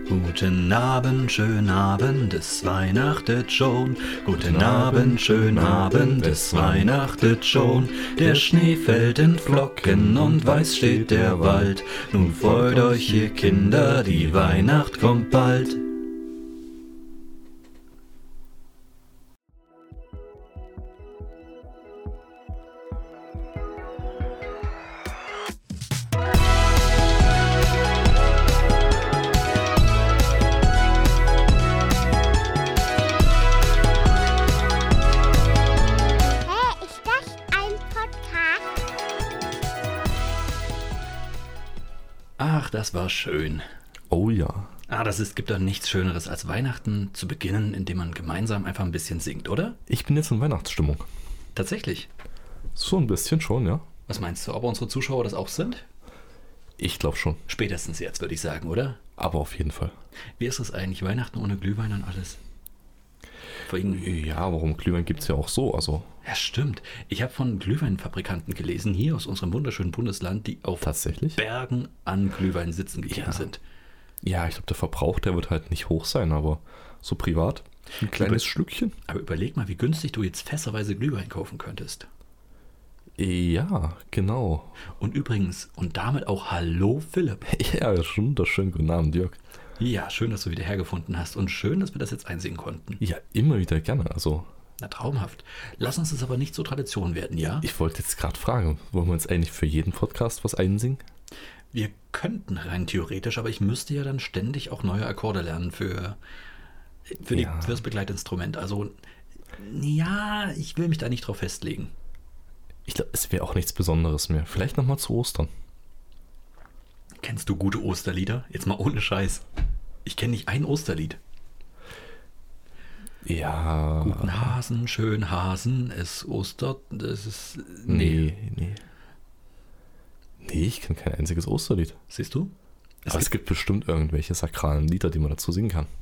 Guten Abend, schönen Abend, es weihnachtet schon. Guten Abend, schönen Abend, es weihnachtet schon. Der Schnee fällt in Flocken und weiß steht der Wald. Nun freut euch, ihr Kinder, die Weihnacht kommt bald. Ach, das war schön. Oh ja. Gibt doch nichts Schöneres, als Weihnachten zu beginnen, indem man gemeinsam einfach ein bisschen singt, oder? Ich bin jetzt in Weihnachtsstimmung. Tatsächlich. So ein bisschen schon, ja. Was meinst du, ob unsere Zuschauer das auch sind? Ich glaube schon. Spätestens jetzt, würde ich sagen, oder? Aber auf jeden Fall. Wie ist es eigentlich? Weihnachten ohne Glühwein und alles? Ja, warum? Glühwein gibt es ja auch so, also. Ja, stimmt. Ich habe von Glühweinfabrikanten gelesen, hier aus unserem wunderschönen Bundesland, die auf Tatsächlich? Bergen an Glühwein sitzen geblieben sind. Ja, ich glaube, der Verbrauch, der wird halt nicht hoch sein, aber so privat ein kleines Schlückchen. Aber überleg mal, wie günstig du jetzt fässerweise Glühwein kaufen könntest. Ja, genau. Und übrigens, und damit auch Hallo Philipp. Ja, schon wunderschön. Guten Abend, Jörg. Ja, schön, dass du wieder hergefunden hast und schön, dass wir das jetzt einsehen konnten. Ja, immer wieder gerne, also. Na, traumhaft. Lass uns das aber nicht zur Tradition werden, ja? Ich wollte jetzt gerade fragen, wollen wir uns eigentlich für jeden Podcast was einsingen? Wir könnten rein theoretisch, aber ich müsste ja dann ständig auch neue Akkorde lernen für das Begleitinstrument. Also, ja, ich will mich da nicht drauf festlegen. Ich glaube, es wäre auch nichts Besonderes mehr. Vielleicht nochmal zu Ostern. Kennst du gute Osterlieder? Jetzt mal ohne Scheiß. Ich kenne nicht ein Osterlied. Ja. Guten Hasen, schön Hasen, es ostert, das ist... Nee, ich kenne kein einziges Osterlied. Siehst du? Es gibt bestimmt irgendwelche sakralen Lieder, die man dazu singen kann.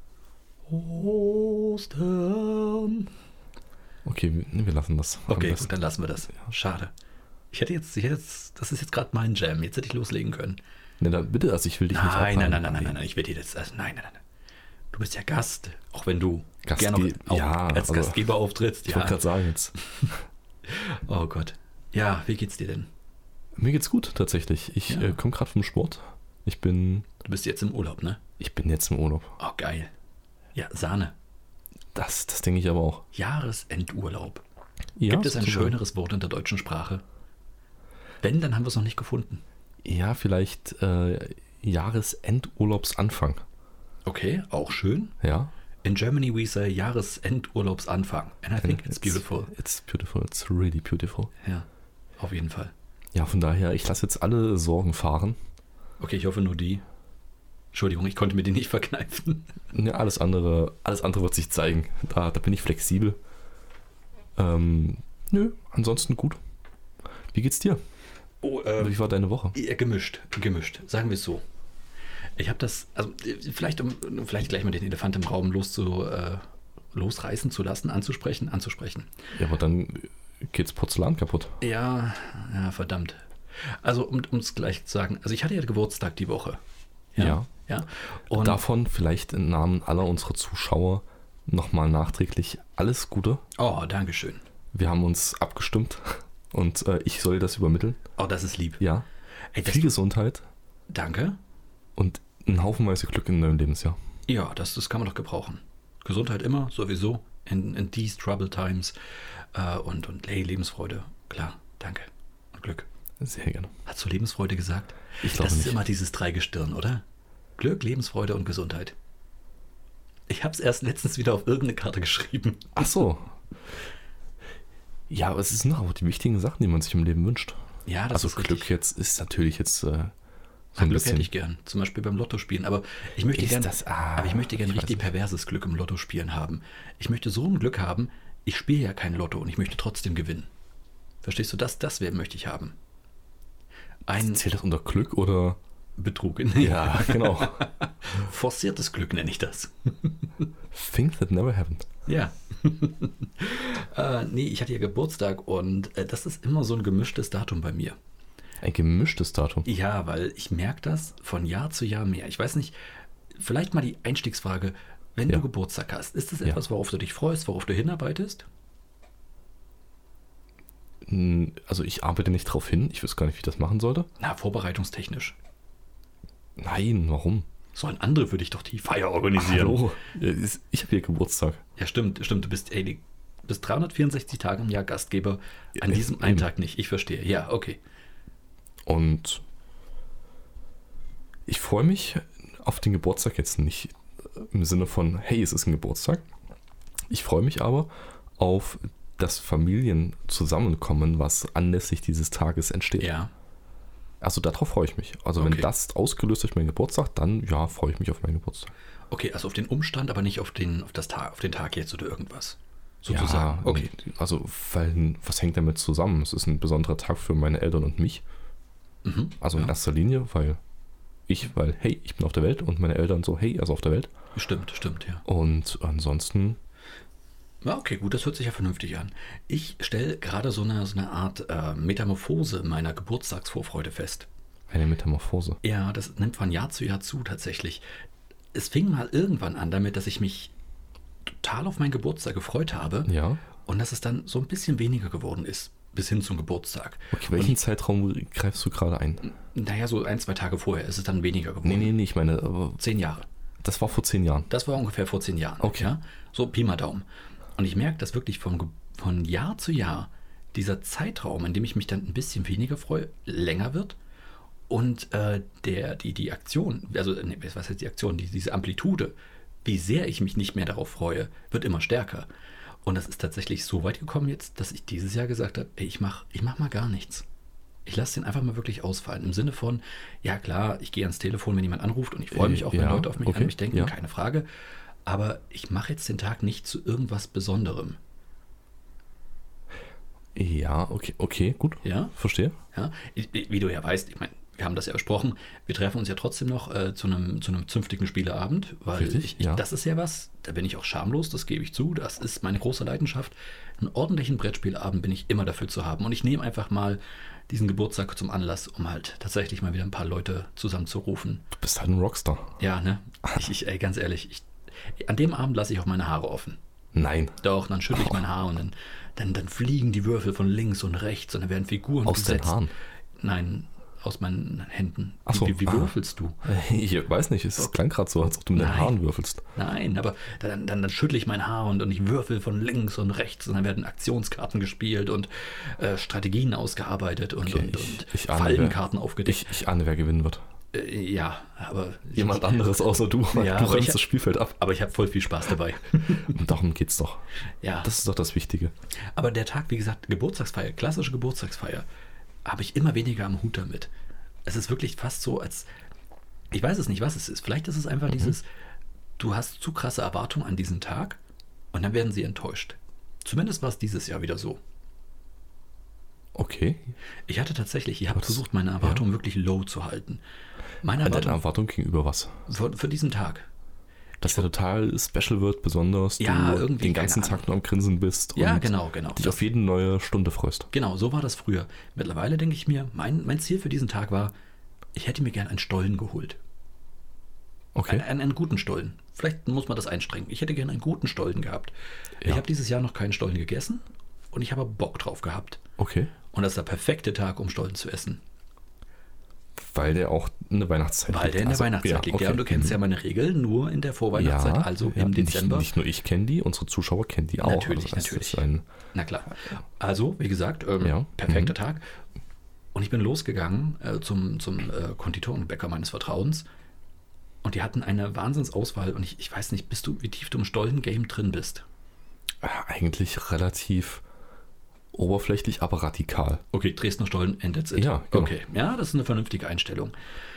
Ostern. Okay, wir lassen das. Okay, gut, dann lassen wir das. Ja. Schade. Ich hätte jetzt, das ist jetzt gerade mein Jam. Jetzt hätte ich loslegen können. Ne, dann bitte, also ich will dich nicht abhalten. Nein, ich will dir jetzt, nein. Du bist ja Gast, auch wenn du gerne als Gastgeber auftrittst. Ich wollte gerade sagen jetzt. Oh Gott. Ja, wie geht's dir denn? Mir geht's gut, tatsächlich. Ich komme gerade vom Sport. Du bist jetzt im Urlaub, ne? Ich bin jetzt im Urlaub. Oh, geil. Ja, Sahne. Das denke ich aber auch. Jahresendurlaub. Ja, Gibt es ein schöneres Wort in der deutschen Sprache? Wenn, dann haben wir es noch nicht gefunden. Ja, vielleicht Jahresendurlaubsanfang. Okay, auch schön. Ja. In Germany we say Jahresendurlaubsanfang. And I think it's beautiful. It's beautiful, it's really beautiful. Ja, auf jeden Fall. Ja, von daher, ich lasse jetzt alle Sorgen fahren. Okay, ich hoffe nur die. Entschuldigung, ich konnte mir die nicht verkneifen. Ja, alles andere wird sich zeigen. Da bin ich flexibel. Ansonsten gut. Wie geht's dir? Wie war deine Woche? Gemischt. Sagen wir es so. Ich habe das, also vielleicht gleich mal den Elefant im Raum losreißen zu lassen, anzusprechen. Ja, aber dann geht's Porzellan kaputt. Ja, verdammt. Also, um es gleich zu sagen, also ich hatte ja Geburtstag die Woche. Ja. Und davon vielleicht im Namen aller unserer Zuschauer nochmal nachträglich alles Gute. Oh, Dankeschön. Wir haben uns abgestimmt und ich soll das übermitteln. Oh, das ist lieb. Ja. Viel Gesundheit. Danke. Und ein Haufenweise Glück in deinem Lebensjahr. Ja, das kann man doch gebrauchen. Gesundheit immer, sowieso, in these troubled times. Und Lebensfreude, klar, danke. Und Glück. Sehr gerne. Hast du Lebensfreude gesagt? Ich glaube nicht. Das ist nicht. immer dieses Dreigestirn, oder? Glück, Lebensfreude und Gesundheit. Ich habe es erst letztens wieder auf irgendeine Karte geschrieben. Ach so. Ja, aber es sind auch die wichtigen Sachen, die man sich im Leben wünscht. Ja, das ist Glück richtig. jetzt ist natürlich jetzt so ein Glück bisschen. hätte ich gern, zum Beispiel beim Lotto spielen. Aber ich möchte gern richtig perverses Glück im Lotto spielen haben. Ich möchte so ein Glück haben, ich spiele ja kein Lotto und ich möchte trotzdem gewinnen. Verstehst du, das möchte ich haben. Zählt das unter Glück oder Betrug? Ja, genau. Forciertes Glück nenne ich das. Things that never happened. Ja. Nee, ich hatte ja Geburtstag und das ist immer so ein gemischtes Datum bei mir. Ein gemischtes Datum? Ja, weil ich merke das von Jahr zu Jahr mehr. Ich weiß nicht, Vielleicht mal die Einstiegsfrage, wenn du Geburtstag hast, ist das etwas, worauf du dich freust, worauf du hinarbeitest? Also ich arbeite nicht drauf hin, ich weiß gar nicht, wie ich das machen sollte. Na, vorbereitungstechnisch. Nein, warum? Sollen andere für dich doch die Feier organisieren? Hallo, ich habe hier Geburtstag. Ja, stimmt, du bist 364 Tage im Jahr Gastgeber, an diesem einen Tag nicht, ich verstehe. Ja, okay. Und ich freue mich auf den Geburtstag jetzt nicht im Sinne von, hey, es ist ein Geburtstag. Ich freue mich aber auf das Familienzusammenkommen, was anlässlich dieses Tages entsteht. Ja. Also darauf freue ich mich. Also Okay. wenn das ausgelöst durch meinen Geburtstag, dann ja, freue ich mich auf meinen Geburtstag. Okay, also auf den Umstand, aber nicht auf den Tag jetzt oder irgendwas. Sozusagen. Ja, Okay. also weil, was hängt damit zusammen? Es ist ein besonderer Tag für meine Eltern und mich. Mhm. Also in erster Linie, weil hey, ich bin auf der Welt und meine Eltern so, hey, er ist auf der Welt. Stimmt, ja. Und ansonsten, Ja, okay, gut, das hört sich ja vernünftig an. Ich stelle gerade so eine Art Metamorphose meiner Geburtstagsvorfreude fest. eine Metamorphose. Ja, das nimmt von Jahr zu Jahr zu tatsächlich. Es fing mal irgendwann an damit, dass ich mich total auf meinen Geburtstag gefreut habe Ja. und dass es dann so ein bisschen weniger geworden ist, bis hin zum Geburtstag. Okay, welchen Zeitraum greifst du gerade ein? Naja, so 1, 2 Tage vorher ist es dann weniger geworden. Nee, ich meine, aber 10 Jahre. das war vor 10 Jahren. Das war ungefähr vor 10 Jahren. Okay. Ja? So Pi mal Daumen. Und ich merke, dass wirklich von Jahr zu Jahr dieser Zeitraum, in dem ich mich dann ein bisschen weniger freue, länger wird. Und die Aktion, also was heißt die Aktion, diese Amplitude, wie sehr ich mich nicht mehr darauf freue, wird immer stärker. Und das ist tatsächlich so weit gekommen jetzt, dass ich dieses Jahr gesagt habe, ey, ich mach mal gar nichts. Ich lasse den einfach mal wirklich ausfallen. Im Sinne von, ja klar, ich gehe ans Telefon, wenn jemand anruft und ich freue mich auch, wenn Ja, Leute auf mich, okay, an mich denken, ja. keine Frage. Aber ich mache jetzt den Tag nicht zu irgendwas Besonderem. Ja, okay, gut. Ja? Verstehe. Ja? Wie du ja weißt, ich meine, wir haben das ja besprochen, wir treffen uns ja trotzdem noch zu einem zünftigen Spieleabend, weil Richtig, ja. das ist ja was, da bin ich auch schamlos, das gebe ich zu, das ist meine große Leidenschaft. Einen ordentlichen Brettspielabend bin ich immer dafür zu haben und ich nehme einfach mal diesen Geburtstag zum Anlass, um halt tatsächlich mal wieder ein paar Leute zusammenzurufen. Du bist halt ein Rockstar. Ja, ne? Ey, ganz ehrlich, an dem Abend lasse ich auch meine Haare offen. Nein. Doch, dann schüttle ich mein Haar und dann fliegen die Würfel von links und rechts und dann werden Figuren Aus deinen Haaren? Nein, aus meinen Händen. Ach so, Wie würfelst du? Ich weiß nicht, es klang gerade so, als ob du mit den Nein. Haaren würfelst. Nein, aber dann schüttle ich mein Haar und ich würfel von links und rechts und dann werden Aktionskarten gespielt und Strategien ausgearbeitet und ich ahne, Fallenkarten aufgedeckt. Ich ahne, wer gewinnen wird. Ja, aber... Jemand anderes außer du, weil Ja, du aber räumst das Spielfeld ab. Aber ich habe voll viel Spaß dabei. Und darum geht's doch. Ja. Das ist doch das Wichtige. Aber der Tag, wie gesagt, Geburtstagsfeier, klassische Geburtstagsfeier, habe ich immer weniger am Hut damit. Es ist wirklich fast so, als... Ich weiß es nicht, was es ist. Vielleicht ist es einfach dieses, du hast zu krasse Erwartungen an diesen Tag und dann werden sie enttäuscht. Zumindest war es dieses Jahr wieder so. Okay. Ich habe das- versucht, meine Erwartungen wirklich low zu halten. Meine Deine Erwartungen Erwartung gegenüber was? für diesen Tag. Dass der total special wird, besonders Ja, du irgendwie, den keine ganzen Ahnung. Tag nur am Grinsen bist Ja, und genau. dich auf jede neue Stunde freust. Genau, so war das früher. Mittlerweile denke ich mir, mein Ziel für diesen Tag war, ich hätte mir gern einen Stollen geholt. Okay. Einen guten Stollen. Vielleicht muss man das einstrengen. Ich hätte gerne einen guten Stollen gehabt. Ja. Ich habe dieses Jahr noch keinen Stollen gegessen und ich habe Bock drauf gehabt. Okay. Und das ist der perfekte Tag, um Stollen zu essen. Weil der auch in der Weihnachtszeit Weil der in der Also, Weihnachtszeit liegt. okay. Ja, und du kennst ja meine Regel, nur in der Vorweihnachtszeit, also im Dezember. Nicht nur ich kenne die, unsere Zuschauer kennen die auch. Natürlich, das natürlich. Ist ein, Na klar. Also, wie gesagt, Ja. perfekter Tag. Und ich bin losgegangen zum Konditorenbäcker meines Vertrauens. Und die hatten eine Wahnsinnsauswahl. Und ich weiß nicht, wie tief du im Stollen-Game drin bist. eigentlich relativ oberflächlich, aber radikal. Okay, Dresdner Stollen and that's it. Ja, genau. Okay, ja, das ist eine vernünftige Einstellung.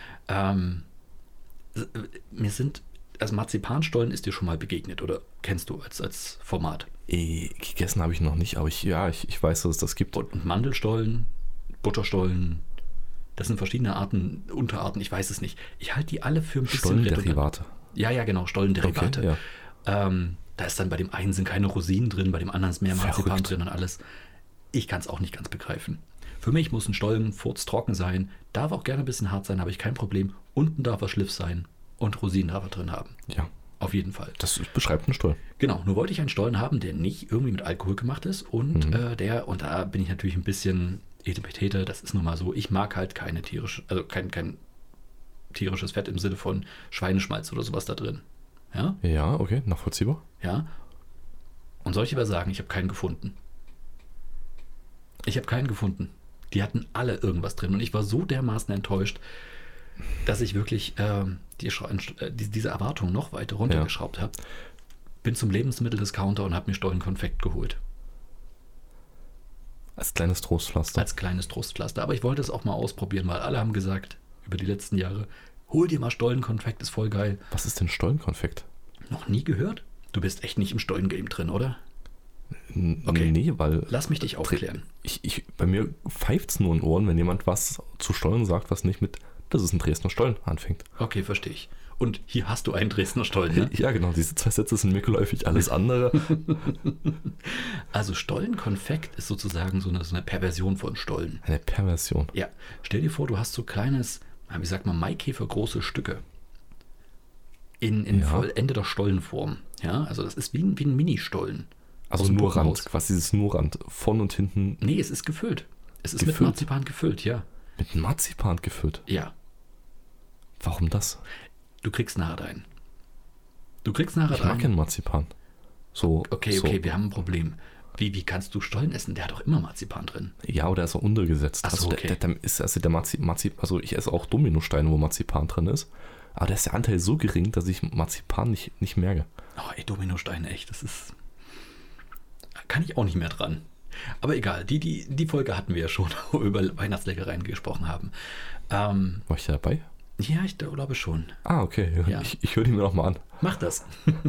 Also Marzipanstollen ist dir schon mal begegnet oder kennst du als Format? Gegessen habe ich noch nicht, aber ich weiß, dass es das gibt. Und Mandelstollen, Butterstollen, das sind verschiedene Arten, Unterarten, ich weiß es nicht. Ich halte die alle für ein bisschen redundant. Stollenderivate. Ja, genau, Stollenderivate. Okay, ja. Da ist dann bei dem einen sind keine Rosinen drin, bei dem anderen ist mehr Marzipan Verrückt. drin und alles. Ich kann es auch nicht ganz begreifen. Für mich muss ein Stollen furztrocken sein, darf auch gerne ein bisschen hart sein, habe ich kein Problem. Unten darf er Schliff sein und Rosinen drin haben. Ja, Auf jeden Fall. das beschreibt einen Stollen. Genau, nur wollte ich einen Stollen haben, der nicht irgendwie mit Alkohol gemacht ist und und da bin ich natürlich ein bisschen Etepetete, das ist nun mal so, ich mag halt keine tierische, also kein tierisches Fett im Sinne von Schweineschmalz oder sowas da drin. Ja? Ja, okay, nachvollziehbar. Ja. Und soll ich aber sagen, ich habe keinen gefunden. Ich habe keinen gefunden. Die hatten alle irgendwas drin und ich war so dermaßen enttäuscht, dass ich wirklich diese Erwartung noch weiter runtergeschraubt habe. Bin zum Lebensmitteldiscounter und habe mir Stollenkonfekt geholt. Als kleines Trostpflaster. Als kleines Trostpflaster. Aber ich wollte es auch mal ausprobieren, weil alle haben gesagt, über die letzten Jahre, hol dir mal Stollenkonfekt, ist voll geil. Was ist denn Stollenkonfekt? Noch nie gehört? Du bist echt nicht im Stollengame drin, oder? Okay. Nee, weil... Lass mich dich aufklären. Bei mir pfeift es nur in Ohren, wenn jemand was zu Stollen sagt, was nicht mit, das ist ein Dresdner Stollen, anfängt. Okay, verstehe ich. Und hier hast du einen Dresdner Stollen, ne? Ja, genau, diese 2 Sätze sind mir geläufig, alles andere. Also Stollenkonfekt ist sozusagen so eine Perversion von Stollen. Eine Perversion. Ja, stell dir vor, du hast so kleines, wie sagt man, Maikäfer große Stücke. In vollendeter Stollenform. Ja, also das ist wie ein Mini-Stollen. Also Aus dem nur Rand, Puppenhaus. quasi dieses Nurrand, von und hinten Nee, es ist gefüllt. Es ist mit Gefüllt? Marzipan gefüllt, ja. mit Marzipan gefüllt. Ja, Warum das? du kriegst nachher rein. Ich mag keinen Marzipan. So, Okay, so. wir haben ein Problem. Wie kannst du Stollen essen? Der hat doch immer Marzipan drin. Ja, oder ist er untergesetzt? Ach so, also okay. der ist also der Marzipan, also ich esse auch Dominosteine, wo Marzipan drin ist. Aber da ist der Anteil so gering, dass ich Marzipan nicht merke. Oh, ey, Dominosteine, echt, das ist... Kann ich auch nicht mehr dran. Aber egal, die Folge hatten wir ja schon, wo wir über Weihnachtsleckereien gesprochen haben. War ich da dabei? Ja, ich glaube schon. Ah, okay. Ja. Ich höre die mir noch mal an. Mach das.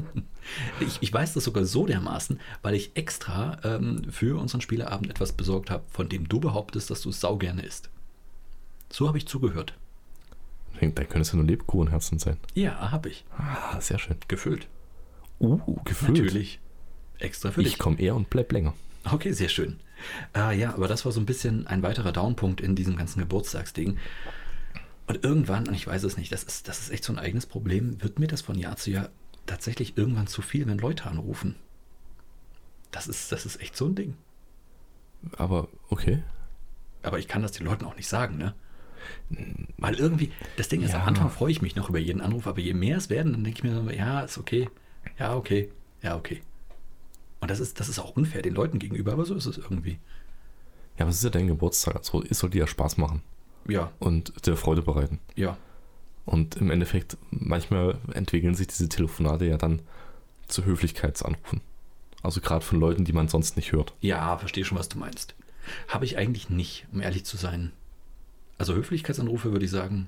Ich weiß das sogar so dermaßen, weil ich extra für unseren Spieleabend etwas besorgt habe, von dem du behauptest, dass du es sau gerne isst. So habe ich zugehört. Da können es ja nur Lebkuchenherzen sein. Ja, habe ich. Ah, sehr schön. Gefüllt. Gefüllt. Natürlich. Extra für dich. Ich komme eher und bleib länger. Okay, sehr schön. Ja, aber das war so ein bisschen ein weiterer Downpunkt in diesem ganzen Geburtstagsding. Und irgendwann, und ich weiß es nicht, das ist echt so ein eigenes Problem, wird mir das von Jahr zu Jahr tatsächlich irgendwann zu viel, wenn Leute anrufen. Das ist echt so ein Ding. Aber okay. Aber ich kann das den Leuten auch nicht sagen, ne? Weil irgendwie, das Ding ist, Ja. am Anfang freue ich mich noch über jeden Anruf, aber je mehr es werden, dann denke ich mir so, ja, ist okay. Ja, okay. Ja, okay. Und das ist auch unfair den Leuten gegenüber, aber so ist es irgendwie. Ja, aber es ist ja dein Geburtstag. Also es soll dir ja Spaß machen Ja, und dir Freude bereiten. ja. Und im Endeffekt, manchmal entwickeln sich diese Telefonate ja dann zu Höflichkeitsanrufen. Also gerade von Leuten, die man sonst nicht hört. Ja, verstehe schon, was du meinst. Habe ich eigentlich nicht, um ehrlich zu sein. Also Höflichkeitsanrufe würde ich sagen,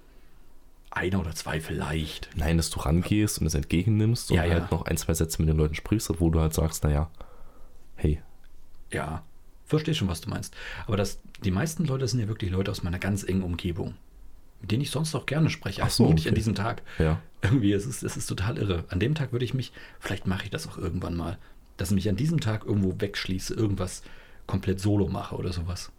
1 oder 2 vielleicht. Nein, dass du rangehst und es entgegennimmst und Ja, ja. halt noch 1, 2 Sätze mit den Leuten sprichst, wo du halt sagst, naja, hey, Ja, verstehe schon, was du meinst. Aber die meisten Leute sind ja wirklich Leute aus meiner ganz engen Umgebung, mit denen ich sonst auch gerne spreche. Ach so, nur nicht an okay. diesem Tag. ja. Irgendwie, es ist total irre. An dem Tag würde ich mich, vielleicht mache ich das auch irgendwann mal, dass ich mich an diesem Tag irgendwo wegschließe, irgendwas komplett solo mache oder sowas.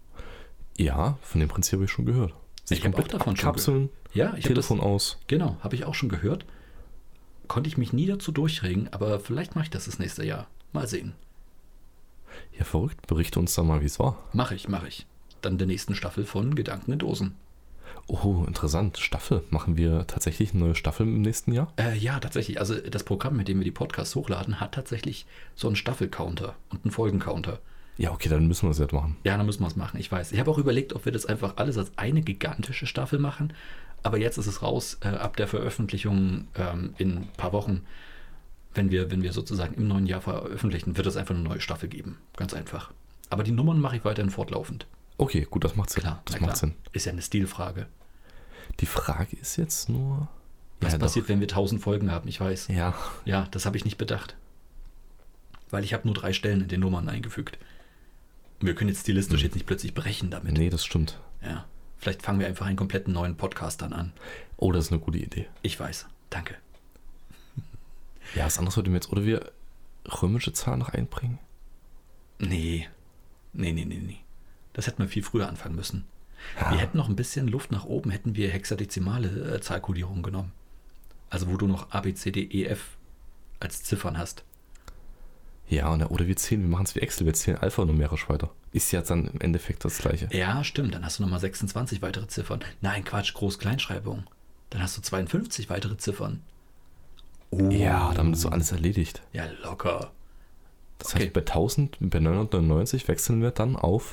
Ja, von dem Prinzip habe ich schon gehört. Ich habe auch davon schon abkapseln, Ja, ich habe das, Telefon aus. genau, habe ich auch schon gehört. Konnte ich mich nie dazu durchregen, aber vielleicht mache ich das nächste Jahr. Mal sehen. Ja, verrückt. Berichte uns dann mal, wie es war. Mache ich. Dann der nächsten Staffel von Gedanken in Dosen. Oh, interessant. Staffel. Machen wir tatsächlich eine neue Staffel im nächsten Jahr? Ja, tatsächlich. Also das Programm, mit dem wir die Podcasts hochladen, hat tatsächlich so einen Staffelcounter und einen Folgencounter. Ja, okay, dann müssen wir es jetzt machen. Ja, dann müssen wir es machen, ich weiß. Ich habe auch überlegt, ob wir das einfach alles als eine gigantische Staffel machen. Aber jetzt ist es raus, ab der Veröffentlichung in ein paar Wochen, wenn wir sozusagen im neuen Jahr veröffentlichen, wird es einfach eine neue Staffel geben. Ganz einfach. Aber die Nummern mache ich weiterhin fortlaufend. Okay, gut, das macht Sinn. Klar, das na macht klar. Sinn. Ist ja eine Stilfrage. Die Frage ist jetzt nur... Was ja, passiert, wenn wir 1000 Folgen haben? Ich weiß. doch. Ja, Ja, das habe ich nicht bedacht. Weil ich habe nur 3 Stellen in den Nummern eingefügt. Und wir können jetzt stilistisch jetzt nicht plötzlich brechen damit. nee, das stimmt. Ja. Vielleicht fangen wir einfach einen kompletten neuen Podcast dann an. Oh, das ist eine gute Idee. Ich weiß. Danke. Ja, was anderes würde mir jetzt... Oder wir römische Zahlen noch einbringen? Nee. Das hätten wir viel früher anfangen müssen. Ja. Wir hätten noch ein bisschen Luft nach oben, hätten wir hexadezimale Zahlkodierung genommen. Also wo du noch A, B, C, D, E, F als Ziffern hast. Ja, oder wir machen es wie Excel, wir zählen alphanumerisch weiter. Ist ja dann im Endeffekt das Gleiche. Ja, stimmt. Dann hast du nochmal 26 weitere Ziffern. Nein, Quatsch, Groß-Kleinschreibung. Dann hast du 52 weitere Ziffern. Ja, dann ist so alles erledigt. Ja, locker. Das heißt, bei 1000, bei 999 wechseln wir dann auf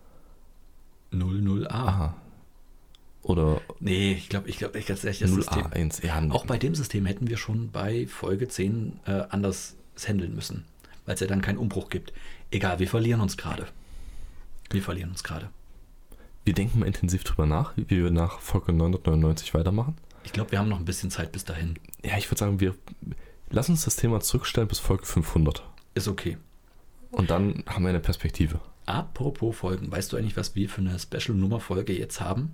00a. A. Oder Nee, ich glaube, ganz ehrlich, das System. 0A1. Ja, Auch bei dem System hätten wir schon bei Folge 10 anders handeln müssen, weil es ja dann keinen Umbruch gibt. Egal, wir verlieren uns gerade. Wir denken mal intensiv drüber nach, wie wir nach Folge 999 weitermachen. Ich glaube, wir haben noch ein bisschen Zeit bis dahin. Ja, ich würde sagen, wir lassen uns das Thema zurückstellen bis Folge 500. Ist okay. Und dann haben wir eine Perspektive. Apropos Folgen, weißt du eigentlich, was wir für eine Special-Nummer-Folge jetzt haben?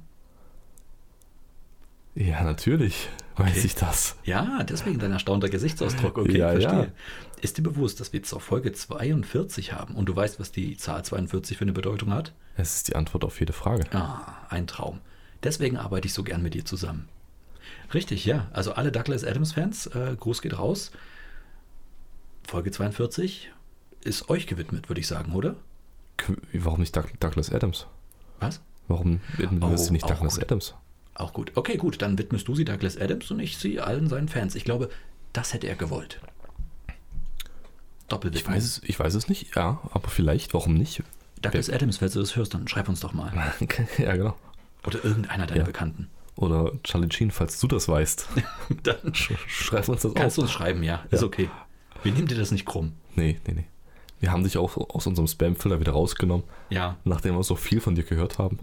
Ja, natürlich weiß ich das. Ja, deswegen dein erstaunter Gesichtsausdruck. Okay, Ja, verstehe. ja. Ist dir bewusst, dass wir jetzt auf Folge 42 haben und du weißt, was die Zahl 42 für eine Bedeutung hat? Es ist die Antwort auf jede Frage. Ah, ein Traum. Deswegen arbeite ich so gern mit dir zusammen. Richtig, ja. Also alle Douglas Adams-Fans, Gruß geht raus. Folge 42 ist euch gewidmet, würde ich sagen, oder? Warum nicht Douglas Adams? Was? Warum widmest du nicht auch Douglas gut. Adams? Auch gut. Okay, gut, dann widmest du sie Douglas Adams und ich sie allen seinen Fans. Ich glaube, das hätte er gewollt. Doppelwidmung. Ich weiß es nicht, ja, aber vielleicht, warum nicht? Douglas Adams, falls du das hörst, dann schreib uns doch mal. Ja, genau. Oder irgendeiner deiner Ja. Bekannten. Oder Charlie Sheen, falls du das weißt. Dann Schreib uns das kannst du auf. uns schreiben, ja. Ist Ja. okay. Wir nehmen dir das nicht krumm. Nee. Wir haben dich auch aus unserem Spam-Filter wieder rausgenommen, Ja. nachdem wir so viel von dir gehört haben.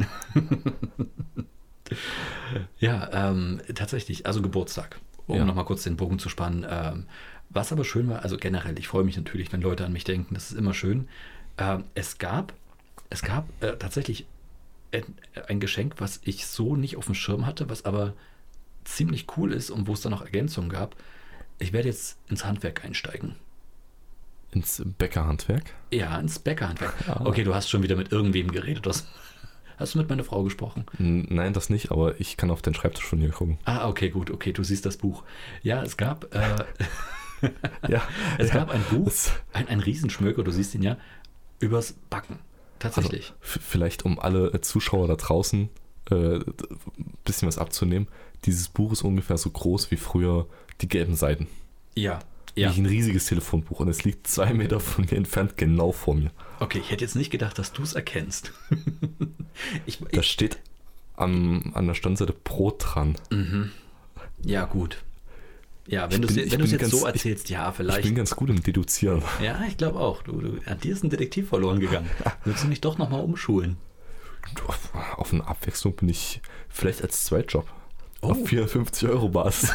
Ja, tatsächlich, also Geburtstag, um Ja. nochmal kurz den Bogen zu spannen. Was aber schön war, also generell, ich freue mich natürlich, wenn Leute an mich denken, das ist immer schön. Es gab tatsächlich ein Geschenk, was ich so nicht auf dem Schirm hatte, was aber ziemlich cool ist und wo es dann noch Ergänzungen gab. Ich werde jetzt ins Handwerk einsteigen. Ins Bäckerhandwerk. Ja, ins Bäckerhandwerk. Ah. Okay, du hast schon wieder mit irgendwem geredet. Hast du mit meiner Frau gesprochen? Nein, das nicht, aber ich kann auf den Schreibtisch von dir gucken. Ah, okay, gut. Okay, du siehst das Buch. Ja, es gab, Ja, es gab ein Buch, das- ein Riesenschmöker, du siehst ihn ja, übers Backen. Tatsächlich. Also, vielleicht um alle Zuschauer da draußen ein bisschen was abzunehmen. Dieses Buch ist ungefähr so groß wie früher die gelben Seiten. Ja, Wie ja. ein riesiges Telefonbuch und es liegt 2 Meter von mir entfernt genau vor mir. Okay, ich hätte jetzt nicht gedacht, dass du es erkennst. Da steht an der Standseite Brot dran. Ja, gut. Ja, wenn Ich du bin- es ich jetzt bin so ganz- erzählst, ja, Ich vielleicht. bin ganz gut im Deduzieren. Ja, ich glaube auch. An dir ist ein Detektiv verloren gegangen. Willst du mich doch nochmal umschulen? Auf eine Abwechslung bin ich vielleicht als Zweitjob. Oh. Auf 450 € Basis.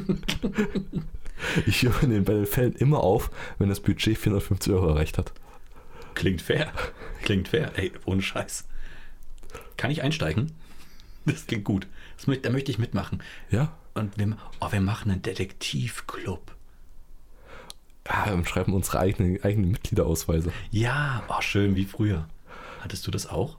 Ich höre in den Fällen immer auf, wenn das Budget 450 € erreicht hat. Klingt fair. Klingt fair. Ey, ohne Scheiß. Kann ich einsteigen? Das klingt gut. Da möchte ich mitmachen. Ja, Und wir machen einen Detektivclub. wir schreiben unsere eigenen Mitgliederausweise. Ja, oh, schön, wie früher. Hattest du das auch?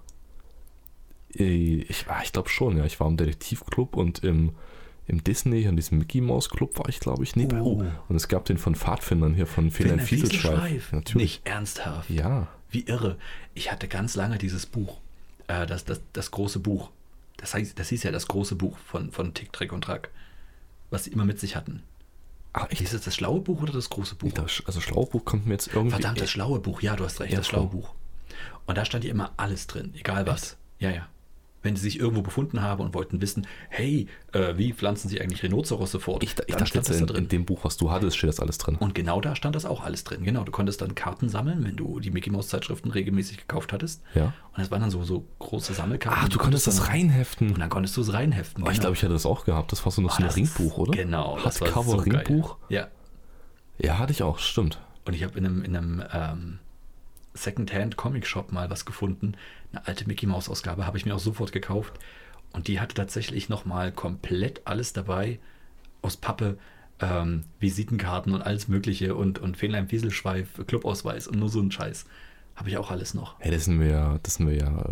Ich glaube schon, ja. Ich war im Detektivclub und im Disney, in diesem Mickey Mouse Club war ich, glaube ich, nicht. Oh. Und es gab den von Pfadfindern hier, von Fehler Fehler Fieselschweif. Natürlich. Nicht ernsthaft. Ja. Wie irre. Ich hatte ganz lange dieses Buch. Das große Buch. Das hieß ja das große Buch von Tick, Trick und Track. Was sie immer mit sich hatten. Ach, echt? Ist es das schlaue Buch oder das große Buch? Also Schlauchbuch kommt mir jetzt irgendwie... Verdammt, das schlaue Buch. Ja, du hast recht, Ja, das schlaue Buch. Und da stand ja immer alles drin, egal was. Ja, ja. Wenn sie sich irgendwo befunden haben und wollten wissen, hey, wie pflanzen sie eigentlich Rhinozerosse fort? Ich Dann dachte stand jetzt, das da in dem Buch, was du hattest, steht das alles drin. Und genau da stand das auch alles drin. Genau, du konntest dann Karten sammeln, wenn du die Mickey Mouse Zeitschriften regelmäßig gekauft hattest. Ja. Und das waren dann so große Sammelkarten. Ach, du konntest das dann- reinheften. Und dann konntest du es reinheften. Oh, ich glaube, ich hatte das auch gehabt. Das war so noch so ein das Ringbuch, ist- oder? Genau, das war Hardcover so geil. Ringbuch? Ja. Ja, hatte ich auch, stimmt. Und ich habe in einem Secondhand-Comic-Shop mal was gefunden. Eine alte Mickey Mouse-Ausgabe habe ich mir auch sofort gekauft. Und die hatte tatsächlich nochmal komplett alles dabei. Aus Pappe, Visitenkarten und alles Mögliche und Fähnlein Wieselschweif, Clubausweis und nur so ein Scheiß. Habe ich auch alles noch. Hey, das sind wir ja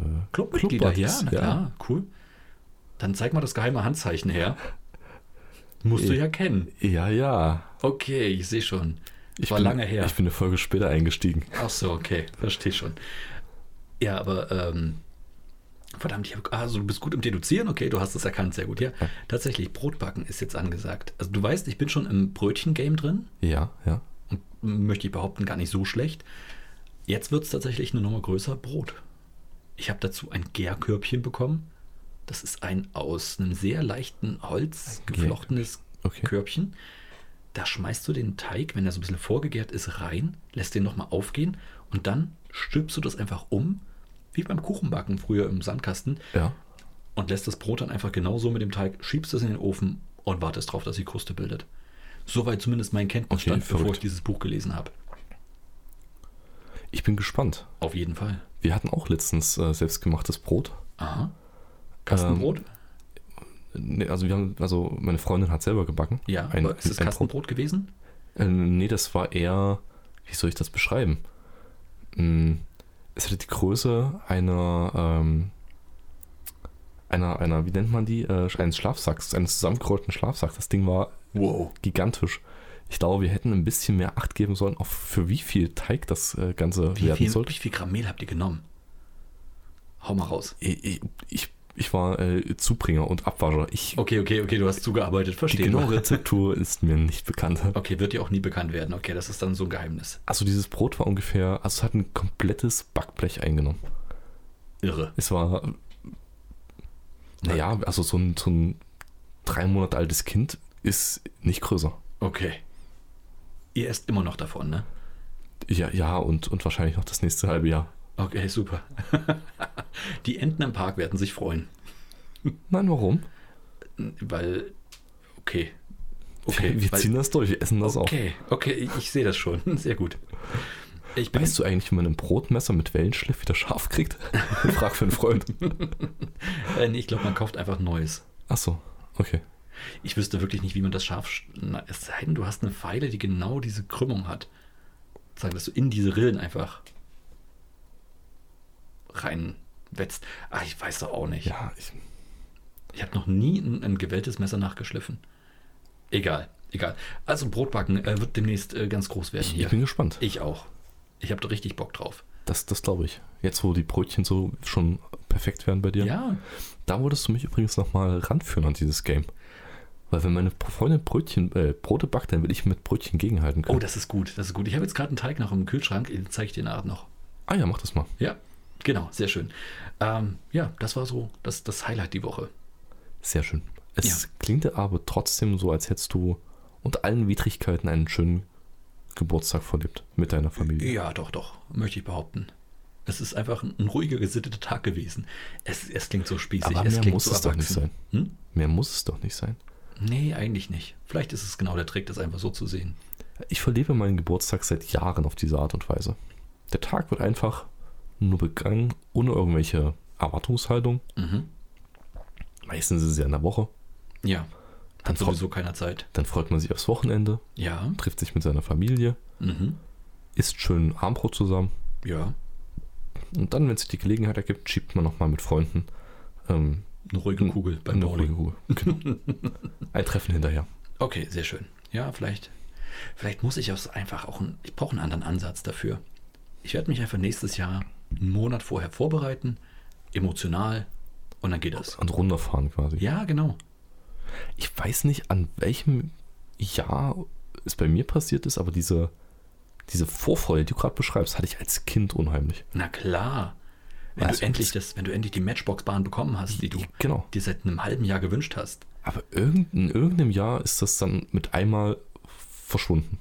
Clubmitglieder, ja, Clubbuddies, na klar, cool. Dann zeig mal das geheime Handzeichen her. Musst du ja kennen. Ja. Okay, ich sehe schon. Lange her. Ich bin eine Folge später eingestiegen. Ach so, okay, verstehe schon. Ja, aber verdammt, also du bist gut im Deduzieren, okay, du hast es erkannt, sehr gut, ja. Tatsächlich, Brotbacken ist jetzt angesagt. Also du weißt, ich bin schon im Brötchen-Game drin. Ja. Und möchte ich behaupten, gar nicht so schlecht. Jetzt wird es tatsächlich eine Nummer größer, Brot. Ich habe dazu ein Gärkörbchen bekommen. Das ist ein aus einem sehr leichten Holz geflochtenes Körbchen. Da schmeißt du den Teig, wenn er so ein bisschen vorgegärt ist, rein, lässt den nochmal aufgehen und dann stülpst du das einfach um, wie beim Kuchenbacken früher im Sandkasten, und lässt das Brot dann einfach genauso mit dem Teig, schiebst es in den Ofen und wartest drauf, dass die Kruste bildet. Soweit zumindest mein Kenntnisstand, bevor ich dieses Buch gelesen habe. Ich bin gespannt. Auf jeden Fall. Wir hatten auch letztens selbstgemachtes Brot. Aha. Kastenbrot? Also meine Freundin hat selber gebacken. Ja, aber ist es Kastenbrot gewesen? Nee, das war eher, wie soll ich das beschreiben? Es hatte die Größe einer, wie nennt man die? Eines Schlafsacks, eines zusammengerollten Schlafsacks. Das Ding war gigantisch. Ich glaube, wir hätten ein bisschen mehr Acht geben sollen, auf für wie viel Teig das Ganze werden sollte. Wie viel Gramm Mehl habt ihr genommen? Hau mal raus. Ich war Zubringer und Abwascher. Okay, du hast zugearbeitet, verstehe. Die genaue Rezeptur ist mir nicht bekannt. Okay, wird dir auch nie bekannt werden. Okay, das ist dann so ein Geheimnis. Also dieses Brot war ungefähr, es hat ein komplettes Backblech eingenommen. Irre. Es war, also so ein 3 Monate altes Kind ist nicht größer. Okay. Ihr esst immer noch davon, ne? Ja, und wahrscheinlich noch das nächste halbe Jahr. Okay, super. Die Enten im Park werden sich freuen. Nein, warum? Weil, okay. Wir ziehen das durch, wir essen das auch. Okay, ich sehe das schon. Sehr gut. Weißt du eigentlich, wie man ein Brotmesser mit Wellenschliff wieder scharf kriegt? Frag für einen Freund. Nee, ich glaube, man kauft einfach ein neues. Ach so, okay. Ich wüsste wirklich nicht, wie man das scharf... Es sei denn, du hast eine Feile, die genau diese Krümmung hat. Sagen, dass du in diese Rillen einfach reinwetzt. Ach, ich weiß doch auch nicht. Ja, ich habe noch nie ein gewelltes Messer nachgeschliffen. Egal. Also Brotbacken wird demnächst ganz groß werden hier. Ich bin gespannt. Ich auch. Ich habe da richtig Bock drauf. Das glaube ich. Jetzt, wo die Brötchen so schon perfekt werden bei dir. Ja. Da wolltest du mich übrigens nochmal ranführen an dieses Game. Weil wenn meine Freundin Brote backt, dann will ich mit Brötchen gegenhalten können. Oh, das ist gut. Ich habe jetzt gerade einen Teig noch im Kühlschrank. Den zeige ich dir nachher noch. Ah ja, mach das mal. Ja, genau. Sehr schön. Das war so das Highlight die Woche. Sehr schön. Es klingt aber trotzdem so, als hättest du unter allen Widrigkeiten einen schönen Geburtstag verlebt mit deiner Familie. Ja, doch. Möchte ich behaupten. Es ist einfach ein ruhiger, gesitteter Tag gewesen. Es klingt so spießig. Aber mehr muss es doch nicht sein. Mehr muss es doch nicht sein. Nee, eigentlich nicht. Vielleicht ist es genau der Trick, das einfach so zu sehen. Ich verlebe meinen Geburtstag seit Jahren auf diese Art und Weise. Der Tag wird einfach nur begangen, ohne irgendwelche Erwartungshaltung. Meistens ist es ja in der Woche. Ja, hat sowieso keiner Zeit. Dann freut man sich aufs Wochenende. Ja. Trifft sich mit seiner Familie. Isst schön Armbrot zusammen. Ja. Und dann, wenn sich die Gelegenheit ergibt, schiebt man nochmal mit Freunden eine ruhige Kugel beim Bowling. Genau. Ein Treffen hinterher. Okay, sehr schön. Ja, vielleicht muss ich ich brauche einen anderen Ansatz dafür. Ich werde mich einfach nächstes Jahr einen Monat vorher vorbereiten, emotional, und dann geht das. Und runterfahren quasi. Ja, genau. Ich weiß nicht, an welchem Jahr es bei mir passiert ist, aber diese Vorfreude, die du gerade beschreibst, hatte ich als Kind unheimlich. Na klar. Wenn du endlich die Matchbox-Bahn bekommen hast, die du dir seit einem halben Jahr gewünscht hast. Aber in irgendeinem Jahr ist das dann mit einmal verschwunden.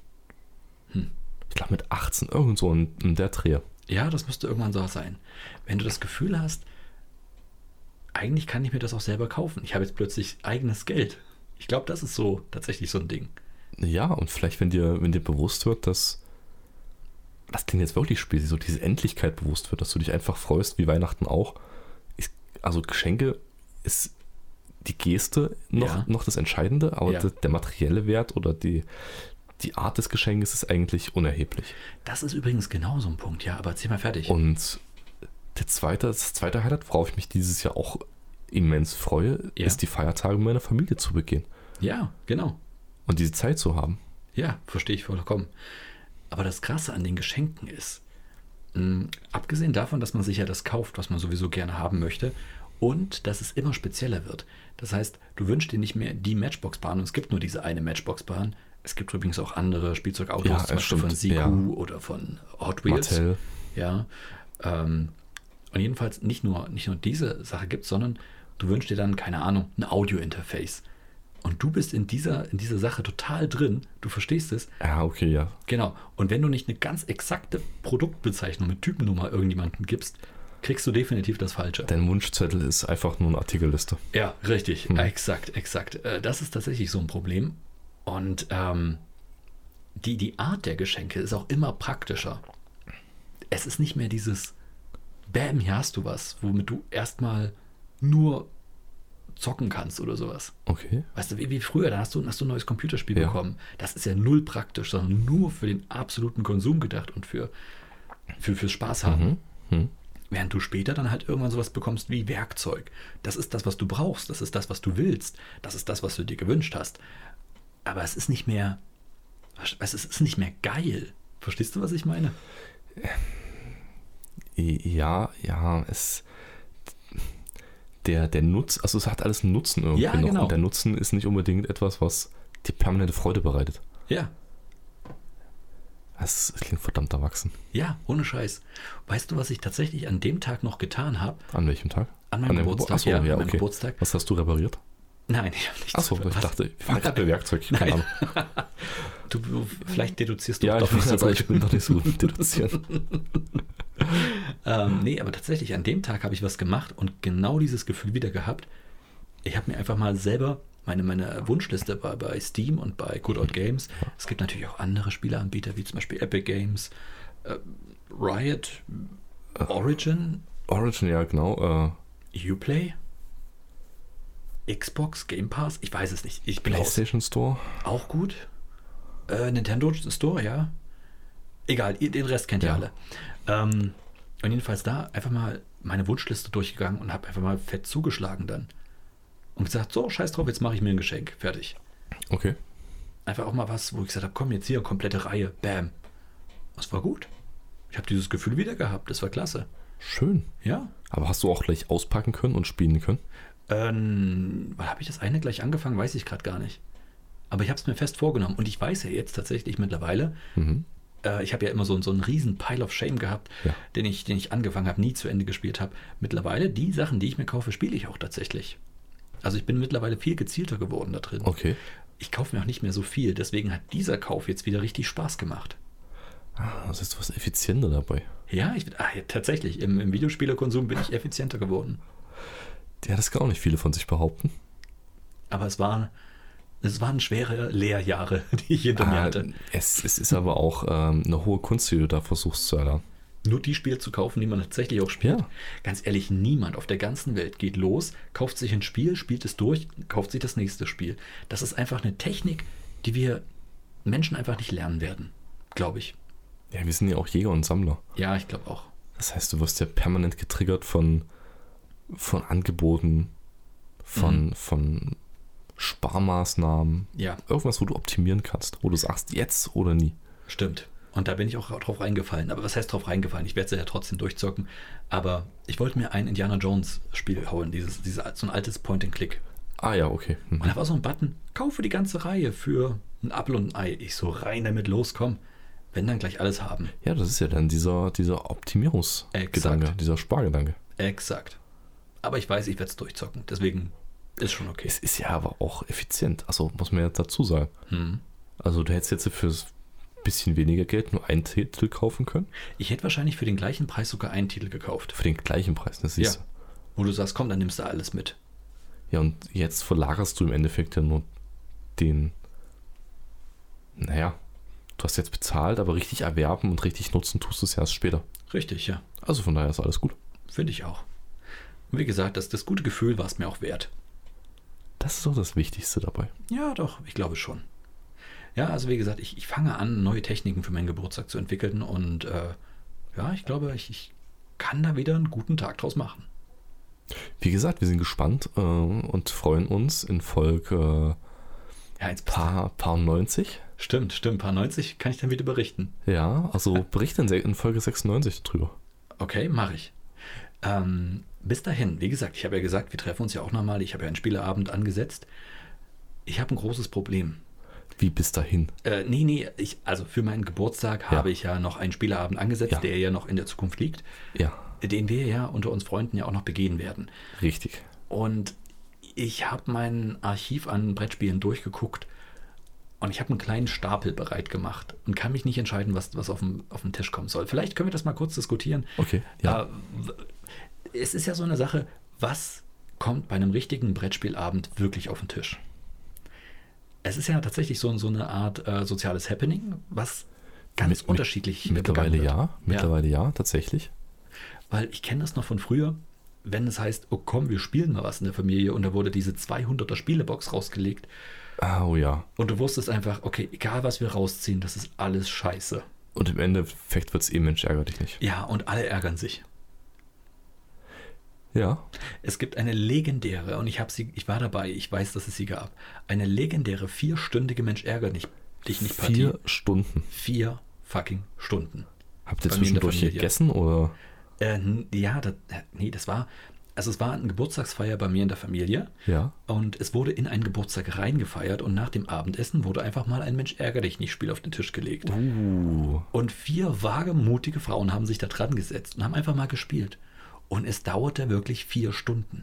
Ich glaube mit 18, irgend so in der Dreh. Ja, das müsste irgendwann so sein. Wenn du das Gefühl hast, eigentlich kann ich mir das auch selber kaufen. Ich habe jetzt plötzlich eigenes Geld. Ich glaube, das ist so tatsächlich so ein Ding. Ja, und vielleicht, wenn dir bewusst wird, dass das klingt jetzt wirklich spießig, so diese Endlichkeit bewusst wird, dass du dich einfach freust, wie Weihnachten auch. Also Geschenke ist die Geste noch das Entscheidende, aber der materielle Wert oder die Art des Geschenkes ist eigentlich unerheblich. Das ist übrigens genau so ein Punkt, ja, aber erzähl mal fertig. Und das zweite Highlight, worauf ich mich dieses Jahr auch immens freue, ist die Feiertage mit meiner Familie zu begehen. Ja, genau. Und diese Zeit zu haben. Ja, verstehe ich vollkommen. Aber das Krasse an den Geschenken ist, abgesehen davon, dass man sich ja das kauft, was man sowieso gerne haben möchte, und dass es immer spezieller wird. Das heißt, du wünschst dir nicht mehr die Matchbox-Bahn und es gibt nur diese eine Matchbox-Bahn. Es gibt übrigens auch andere Spielzeugautos, Ja, zum Beispiel stimmt. von Siku Ja. oder von Hot Wheels. Mattel. Ja. Und jedenfalls nicht nur diese Sache gibt, sondern du wünschst dir dann, keine Ahnung, ein Audio-Interface. Und du bist in dieser Sache total drin, du verstehst es. Ja, okay, ja. Genau. Und wenn du nicht eine ganz exakte Produktbezeichnung mit Typennummer irgendjemandem gibst, kriegst du definitiv das Falsche. Dein Wunschzettel ist einfach nur eine Artikelliste. Ja, richtig. Exakt. Das ist tatsächlich so ein Problem. Und die Art der Geschenke ist auch immer praktischer. Es ist nicht mehr dieses Bäm, hier hast du was, womit du erstmal nur zocken kannst oder sowas. Okay. Weißt du, wie früher, da hast du ein neues Computerspiel Ja. bekommen. Das ist ja null praktisch, sondern nur für den absoluten Konsum gedacht und fürs Spaß haben. Während du später dann halt irgendwann sowas bekommst wie Werkzeug. Das ist das, was du brauchst. Das ist das, was du willst. Das ist das, was du dir gewünscht hast. Aber es ist nicht mehr, es ist nicht mehr geil. Verstehst du, was ich meine? Ja, der Nutz, also es hat alles einen Nutzen irgendwie Ja, noch. genau. Und der Nutzen ist nicht unbedingt etwas, was dir permanente Freude bereitet. Ja. Das klingt verdammt erwachsen. Ja, ohne Scheiß. Weißt du, was ich tatsächlich an dem Tag noch getan habe? An welchem Tag? An meinem Geburtstag. Achso, ja, ja, an meinem okay. Geburtstag. Was hast du repariert? Nein, ich habe nichts. Achso, ich Was? dachte, ich war gerade bei Werkzeug. Keine Ahnung. Vielleicht deduzierst du Ja, doch nicht so gut. ich bin doch nicht so gut im Deduzieren. Nee, aber tatsächlich, an dem Tag habe ich was gemacht und genau dieses Gefühl wieder gehabt. Ich habe mir einfach mal selber meine Wunschliste bei Steam und bei Good Old Games. Es gibt natürlich auch andere Spieleanbieter, wie zum Beispiel Epic Games, Riot, Origin, Origin, ja, genau. Uplay, Xbox, Game Pass, ich weiß es nicht. Ich bin PlayStation Store. auch gut. Nintendo Store, ja. Egal, den Rest kennt ihr Ja. alle. Und jedenfalls da einfach mal meine Wunschliste durchgegangen und habe einfach mal fett zugeschlagen dann. Und gesagt, so, scheiß drauf, jetzt mache ich mir ein Geschenk. Fertig. Okay. Einfach auch mal was, wo ich gesagt habe, komm, jetzt hier, komplette Reihe. Bam. Das war gut. Ich habe dieses Gefühl wieder gehabt. Das war klasse. Schön. Ja. Aber hast du auch gleich auspacken können und spielen können? Wann habe ich das eine gleich angefangen, weiß ich gerade gar nicht. Aber ich habe es mir fest vorgenommen. Und ich weiß ja jetzt tatsächlich mittlerweile, ich habe ja immer so einen riesen Pile of Shame gehabt, Ja. den ich angefangen habe, nie zu Ende gespielt habe. Mittlerweile, die Sachen, die ich mir kaufe, spiele ich auch tatsächlich. Also ich bin mittlerweile viel gezielter geworden da drin. Okay. Ich kaufe mir auch nicht mehr so viel. Deswegen hat dieser Kauf jetzt wieder richtig Spaß gemacht. Das ist was effizienter dabei. Ja, tatsächlich. Im Videospielerkonsum bin ich effizienter geworden. Ja, das kann auch nicht viele von sich behaupten. Aber es waren schwere Lehrjahre, die ich hinter mir hatte. Es ist aber auch eine hohe Kunst, die du da versuchst zu erlernen. Nur die Spiele zu kaufen, die man tatsächlich auch spielt. Ja. Ganz ehrlich, niemand auf der ganzen Welt geht los, kauft sich ein Spiel, spielt es durch, kauft sich das nächste Spiel. Das ist einfach eine Technik, die wir Menschen einfach nicht lernen werden, glaube ich. Ja, wir sind ja auch Jäger und Sammler. Ja, ich glaube auch. Das heißt, du wirst ja permanent getriggert von Angeboten, von Sparmaßnahmen. Ja, Irgendwas, wo du optimieren kannst, wo du sagst, jetzt oder nie. stimmt. Und da bin ich auch drauf reingefallen. Aber was heißt drauf reingefallen? Ich werde sie ja trotzdem durchzocken. Aber ich wollte mir ein Indiana Jones Spiel holen, so ein altes Point-and-Click. Ah ja, okay. Und da war so ein Button, kaufe die ganze Reihe für ein Apfel und ein Ei. Ich so rein damit, los, komm. Wenn dann gleich alles haben. Ja, das ist ja dann dieser Optimierungsgedanke, Exakt. dieser Spargedanke. Exakt. Aber ich weiß, ich werde es durchzocken. Deswegen ist schon okay. Es ist ja aber auch effizient. Also muss man ja dazu sagen. Also du hättest jetzt für bisschen weniger Geld nur einen Titel kaufen können. Ich hätte wahrscheinlich für den gleichen Preis sogar einen Titel gekauft. Für den gleichen Preis, das siehst Ja. Wo du sagst, komm, dann nimmst du alles mit. du. Ja, und jetzt verlagerst du im Endeffekt ja nur den, naja, du hast jetzt bezahlt, aber richtig erwerben und richtig nutzen tust du es erst später. Richtig, ja. Also von daher ist alles gut. Finde ich auch. Und wie gesagt, das gute Gefühl war es mir auch wert. Das ist doch das Wichtigste dabei. Ja, doch, ich glaube schon. Ja, also wie gesagt, ich fange an, neue Techniken für meinen Geburtstag zu entwickeln und ja, ich glaube, ich kann da wieder einen guten Tag draus machen. Wie gesagt, wir sind gespannt und freuen uns in Folge Ja, jetzt Paar 90. Stimmt, Paar 90 kann ich dann wieder berichten. Ja, also berichte in Folge 96 drüber. Okay, mache ich. Bis dahin, wie gesagt, ich habe ja gesagt, wir treffen uns ja auch nochmal. Ich habe ja einen Spieleabend angesetzt. Ich habe ein großes Problem. Wie bis dahin? Nee, also für meinen Geburtstag habe ich ja noch einen Spieleabend angesetzt, der ja noch in der Zukunft liegt. Ja. Den wir ja unter uns Freunden ja auch noch begehen werden. Richtig. Und ich habe mein Archiv an Brettspielen durchgeguckt und ich habe einen kleinen Stapel bereit gemacht und kann mich nicht entscheiden, was auf den Tisch kommen soll. Vielleicht können wir das mal kurz diskutieren. Okay, ja. Es ist ja so eine Sache, was kommt bei einem richtigen Brettspielabend wirklich auf den Tisch? Es ist ja tatsächlich so eine Art soziales Happening, was ganz unterschiedlich mittlerweile begangen wird. Mittlerweile ja, tatsächlich. Weil ich kenne das noch von früher, wenn es heißt, oh komm, wir spielen mal was in der Familie und da wurde diese 200er Spielebox rausgelegt. Oh ja. Und du wusstest einfach, okay, egal was wir rausziehen, das ist alles scheiße. Und im Endeffekt wird es Mensch, ärgere dich nicht. Ja, und alle ärgern sich. Ja. Es gibt eine legendäre, und ich war dabei, ich weiß, dass es sie gab, eine legendäre 4-stündige Mensch ärgert dich nicht Partie. 4 Stunden. 4 fucking Stunden. Habt ihr zwischendurch gegessen oder? Das war, also es war eine Geburtstagsfeier bei mir in der Familie. Ja. Und es wurde in einen Geburtstag reingefeiert und nach dem Abendessen wurde einfach mal ein Mensch ärgere dich nicht Spiel auf den Tisch gelegt. Und 4 wagemutige Frauen haben sich da dran gesetzt und haben einfach mal gespielt. Und es dauerte wirklich 4 Stunden.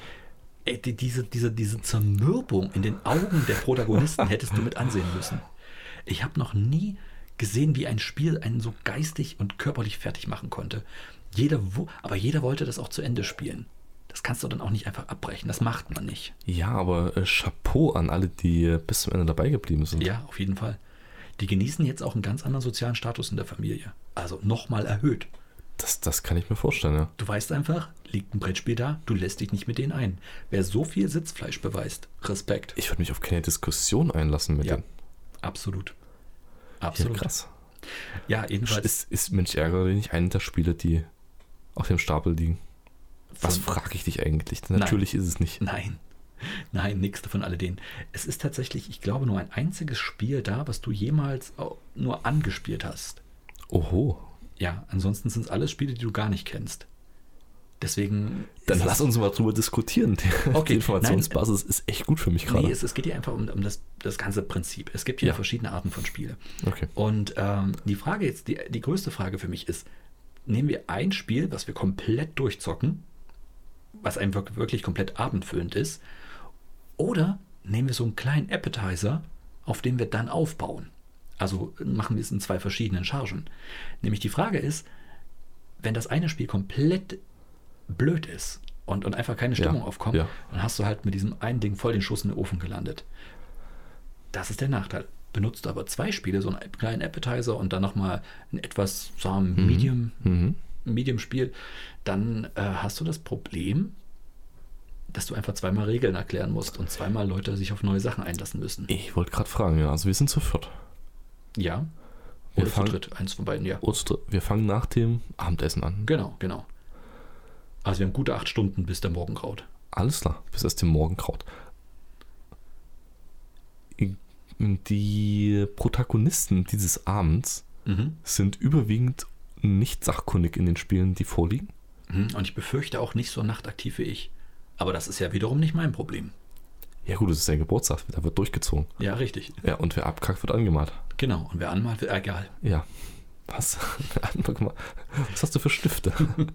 Diese Zermürbung in den Augen der Protagonisten hättest du mit ansehen müssen. Ich habe noch nie gesehen, wie ein Spiel einen so geistig und körperlich fertig machen konnte. Aber jeder wollte das auch zu Ende spielen. Das kannst du dann auch nicht einfach abbrechen. Das macht man nicht. Ja, aber Chapeau an alle, die bis zum Ende dabei geblieben sind. Ja, auf jeden Fall. Die genießen jetzt auch einen ganz anderen sozialen Status in der Familie. Also nochmal erhöht. Das kann ich mir vorstellen, ja. Du weißt einfach, liegt ein Brettspiel da, du lässt dich nicht mit denen ein. Wer so viel Sitzfleisch beweist, Respekt. Ich würde mich auf keine Diskussion einlassen mit denen. Absolut. Ja, krass. Ja, jedenfalls. Ist Mensch ärgere dich nicht eine der Spiele, die auf dem Stapel liegen? Was frage ich dich eigentlich? Natürlich ist es nicht. Nein, nichts von alledem. Es ist tatsächlich, ich glaube, nur ein einziges Spiel da, was du jemals nur angespielt hast. Oho. Ja, ansonsten sind es alles Spiele, die du gar nicht kennst. Deswegen. Dann lass uns mal drüber diskutieren. Die Informationsbasis ist echt gut für mich gerade. Nee, es geht hier einfach um das ganze Prinzip. Es gibt hier verschiedene Arten von Spiele. Okay. Und die Frage jetzt, die größte Frage für mich ist, nehmen wir ein Spiel, was wir komplett durchzocken, was einem wirklich komplett abendfüllend ist, oder nehmen wir so einen kleinen Appetizer, auf den wir dann aufbauen. Also machen wir es in 2 verschiedenen Chargen. Nämlich die Frage ist, wenn das eine Spiel komplett blöd ist und einfach keine Stimmung aufkommt, dann hast du halt mit diesem einen Ding voll den Schuss in den Ofen gelandet. Das ist der Nachteil. Benutzt aber 2 Spiele, so einen kleinen Appetizer und dann nochmal ein etwas Medium-Spiel, dann hast du das Problem, dass du einfach 2-mal Regeln erklären musst und 2-mal Leute sich auf neue Sachen einlassen müssen. Ich wollte gerade fragen, also wir sind zu 4. Ja. Oder zu dritt, eins von beiden, ja. Wir fangen nach dem Abendessen an. Genau. Also wir haben gute 8 Stunden bis der Morgengraut. Alles klar, bis erst dem Morgenkraut. Die Protagonisten dieses Abends sind überwiegend nicht sachkundig in den Spielen, die vorliegen. Und ich befürchte auch nicht so nachtaktiv wie ich. Aber das ist ja wiederum nicht mein Problem. Ja gut, es ist sein Geburtstag, da wird durchgezogen. Ja, richtig. Ja, und wer abkackt, wird angemalt. Genau, und wer anmalt, wird egal. Ja. Was? Was hast du für Stifte?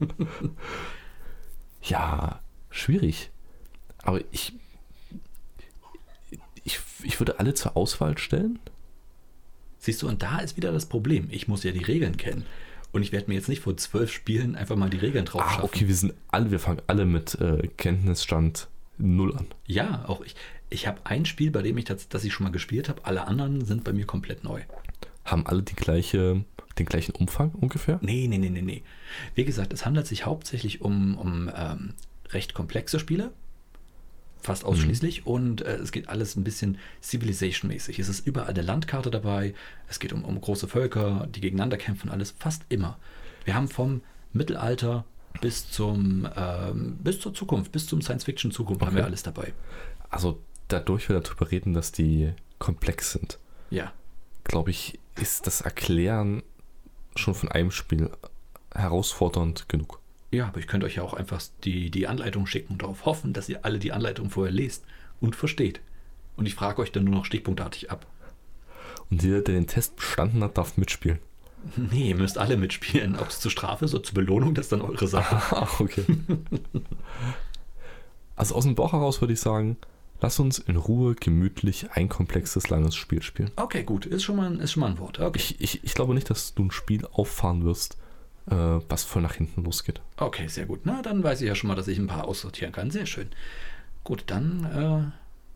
Ja, schwierig. Aber ich würde alle zur Auswahl stellen. Siehst du, und da ist wieder das Problem. Ich muss ja die Regeln kennen. Und ich werde mir jetzt nicht vor 12 Spielen einfach mal die Regeln drauf schaffen. Okay, wir fangen alle mit Kenntnisstand 0 an. Ja, auch ich. Ich habe ein Spiel, bei dem das ich schon mal gespielt habe. Alle anderen sind bei mir komplett neu. Haben alle den gleichen Umfang ungefähr? Nee. Wie gesagt, es handelt sich hauptsächlich um recht komplexe Spiele. Fast ausschließlich. Und es geht alles ein bisschen Civilization-mäßig. Es ist überall eine Landkarte dabei. Es geht um große Völker, die gegeneinander kämpfen. Alles fast immer. Wir haben vom Mittelalter bis zur Zukunft, bis zum Science-Fiction-Zukunft haben wir alles dabei. Also dadurch wir darüber reden, dass die komplex sind, Ja. glaube ich, ist das Erklären schon von einem Spiel herausfordernd genug. Ja, aber ich könnte euch ja auch einfach die Anleitung schicken und darauf hoffen, dass ihr alle die Anleitung vorher lest und versteht. Und ich frage euch dann nur noch stichpunktartig ab. Und jeder, der den Test bestanden hat, darf mitspielen. Nee, ihr müsst alle mitspielen. Ob es zur Strafe ist oder zur Belohnung, das ist dann eure Sache. Ach, okay. Also aus dem Bauch heraus würde ich sagen, lass uns in Ruhe gemütlich ein komplexes, langes Spiel spielen. Okay, gut. Ist schon mal ein Wort. Okay. Ich glaube nicht, dass du ein Spiel auffahren wirst, was voll nach hinten losgeht. Okay, sehr gut. Na, dann weiß ich ja schon mal, dass ich ein paar aussortieren kann. Sehr schön. Gut, dann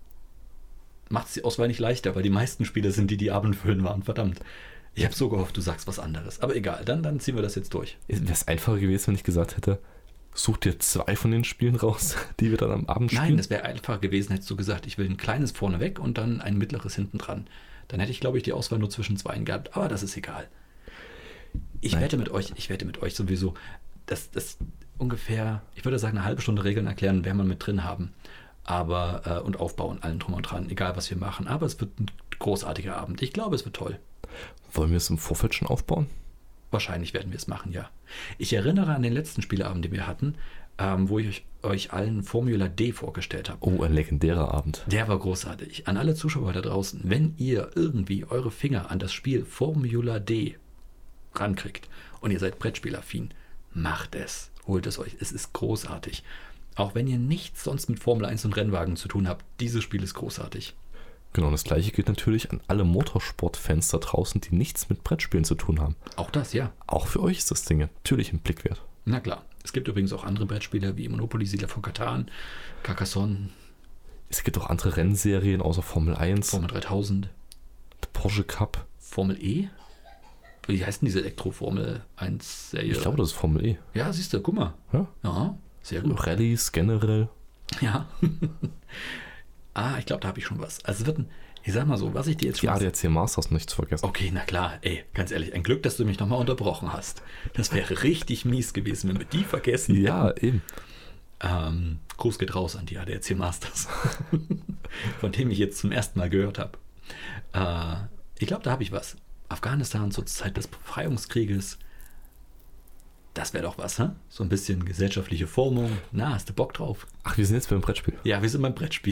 macht es die Auswahl nicht leichter, weil die meisten Spiele sind die abendfüllend waren. Verdammt. Ich habe so gehofft, du sagst was anderes. Aber egal, dann ziehen wir das jetzt durch. Wäre es einfacher gewesen, wenn ich gesagt hätte, such dir 2 von den Spielen raus, die wir dann am Abend spielen? Nein, das wäre einfacher gewesen, hättest du gesagt, ich will ein kleines vorne weg und dann ein mittleres hinten dran. Dann hätte ich, glaube ich, die Auswahl nur zwischen 2 gehabt. Aber das ist egal. Ich wette mit euch sowieso, dass das ungefähr, ich würde sagen, eine halbe Stunde Regeln erklären, werden wir mit drin haben. Aber, und aufbauen, allen drum und dran, egal was wir machen. Aber es wird ein großartiger Abend. Ich glaube, es wird toll. Wollen wir es im Vorfeld schon aufbauen? Wahrscheinlich werden wir es machen, ja. Ich erinnere an den letzten Spieleabend, den wir hatten, wo ich euch allen Formula D vorgestellt habe. Oh, ein legendärer Abend. Der war großartig. An alle Zuschauer da draußen, wenn ihr irgendwie eure Finger an das Spiel Formula D rankriegt und ihr seid Brettspielaffin, macht es. Holt es euch. Es ist großartig. Auch wenn ihr nichts sonst mit Formel 1 und Rennwagen zu tun habt, dieses Spiel ist großartig. Genau, das gleiche gilt natürlich an alle Motorsport-Fans da draußen, die nichts mit Brettspielen zu tun haben. Auch das, ja. Auch für euch ist das Ding natürlich im Blick wert. Na klar. Es gibt übrigens auch andere Brettspiele wie Monopoly, Siedler von Catan, Carcassonne. Es gibt auch andere Rennserien außer Formel 1. Formel 3000. Der Porsche Cup. Formel E? Wie heißt denn diese Elektro-Formel 1-Serie? Ich glaube, das ist Formel E. Ja, siehst du, guck mal. Ja? Ja, sehr gut. Rallyes generell. Ja. Ich glaube, da habe ich schon was. Also es wird ich sag mal so, was ich dir jetzt Die schon... ADAC Masters nicht zu vergessen. Okay, na klar, ey, ganz ehrlich, ein Glück, dass du mich nochmal unterbrochen hast. Das wäre richtig mies gewesen, wenn wir die vergessen hätten. Ja, eben. Gruß geht raus an die ADAC Masters, von dem ich jetzt zum ersten Mal gehört habe. Ich glaube, da habe ich was. Afghanistan zur Zeit des Befreiungskrieges. Das wäre doch was, hä? So ein bisschen gesellschaftliche Formung. Na, hast du Bock drauf? Ach, wir sind jetzt beim Brettspiel. Ja, wir sind beim Brettspiel.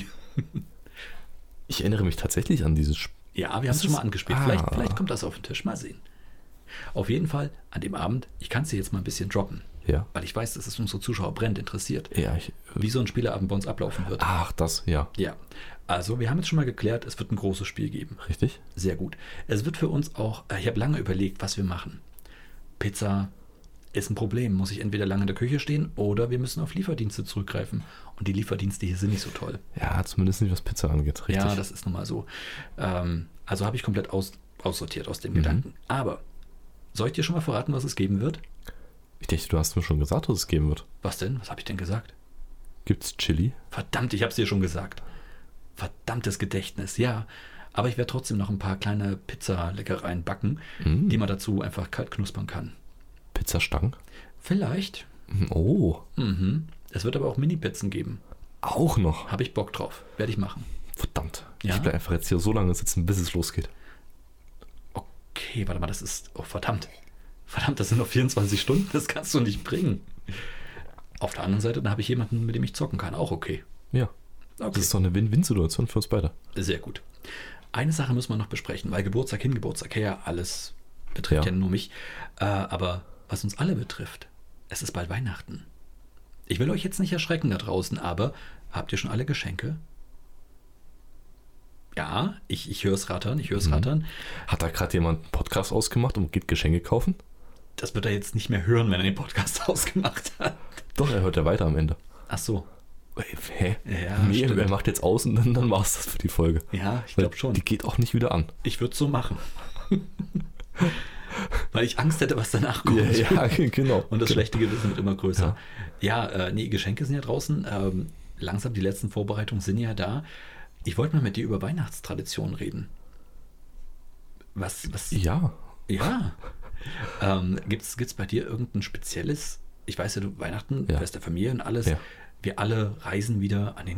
Ich erinnere mich tatsächlich an dieses Spiel. Ja, wir haben es schon mal angespielt. Vielleicht kommt das auf den Tisch. Mal sehen. Auf jeden Fall an dem Abend, ich kann es dir jetzt mal ein bisschen droppen. Ja. Weil ich weiß, dass es unsere Zuschauer brennend interessiert. Ja, wie so ein Spieleabend bei uns ablaufen wird. Ach, das, ja. Ja. Also, wir haben jetzt schon mal geklärt, es wird ein großes Spiel geben. Richtig? Sehr gut. Es wird für uns auch, ich habe lange überlegt, was wir machen. Pizza ist ein Problem. Muss ich entweder lange in der Küche stehen oder wir müssen auf Lieferdienste zurückgreifen. Und die Lieferdienste hier sind nicht so toll. Ja, zumindest nicht, was Pizza angeht. Richtig. Ja, das ist nun mal so. Also habe ich komplett aussortiert aus dem Gedanken. Aber soll ich dir schon mal verraten, was es geben wird? Ich dachte, du hast mir schon gesagt, was es geben wird. Was denn? Was habe ich denn gesagt? Gibt's Chili? Verdammt, ich habe es dir schon gesagt. Verdammtes Gedächtnis, ja. Aber ich werde trotzdem noch ein paar kleine Pizza-Leckereien backen, die man dazu einfach kalt knuspern kann. Pizzastangen? Vielleicht. Oh. Es wird aber auch Mini-Pizzen geben. Auch noch? Habe ich Bock drauf. Werde ich machen. Verdammt. Ja? Ich bleibe einfach jetzt hier so lange sitzen, bis es losgeht. Okay, warte mal, das ist... Oh, verdammt. Verdammt, das sind noch 24 Stunden. Das kannst du nicht bringen. Auf der anderen Seite, dann habe ich jemanden, mit dem ich zocken kann. Auch okay. Ja. Okay. Das ist doch eine Win-Win-Situation für uns beide. Sehr gut. Eine Sache müssen wir noch besprechen, weil Geburtstag hin, Geburtstag her, alles betrifft ja nur mich. Aber was uns alle betrifft, es ist bald Weihnachten. Ich will euch jetzt nicht erschrecken da draußen, aber habt ihr schon alle Geschenke? Ja, ich höre es rattern, Hat da gerade jemand einen Podcast ausgemacht und geht Geschenke kaufen? Das wird er jetzt nicht mehr hören, wenn er den Podcast ausgemacht hat. Doch, er hört ja weiter am Ende. Ach so. Hä? Ja, nee, stimmt. er macht jetzt aus und dann war es das für die Folge. Ja, ich glaube schon. Die geht auch nicht wieder an. Ich würde es so machen. Weil ich Angst hätte, was danach kommt. Ja, genau. Und das schlechte Gewissen wird immer größer. Ja, nee, Geschenke sind ja draußen. Langsam die letzten Vorbereitungen sind ja da. Ich wollte mal mit dir über Weihnachtstraditionen reden. Was? Ja. Ja. Gibt's bei dir irgendein spezielles? Ich weiß ja, du Weihnachten, Fest der Familie und alles. Ja. Wir alle reisen wieder an den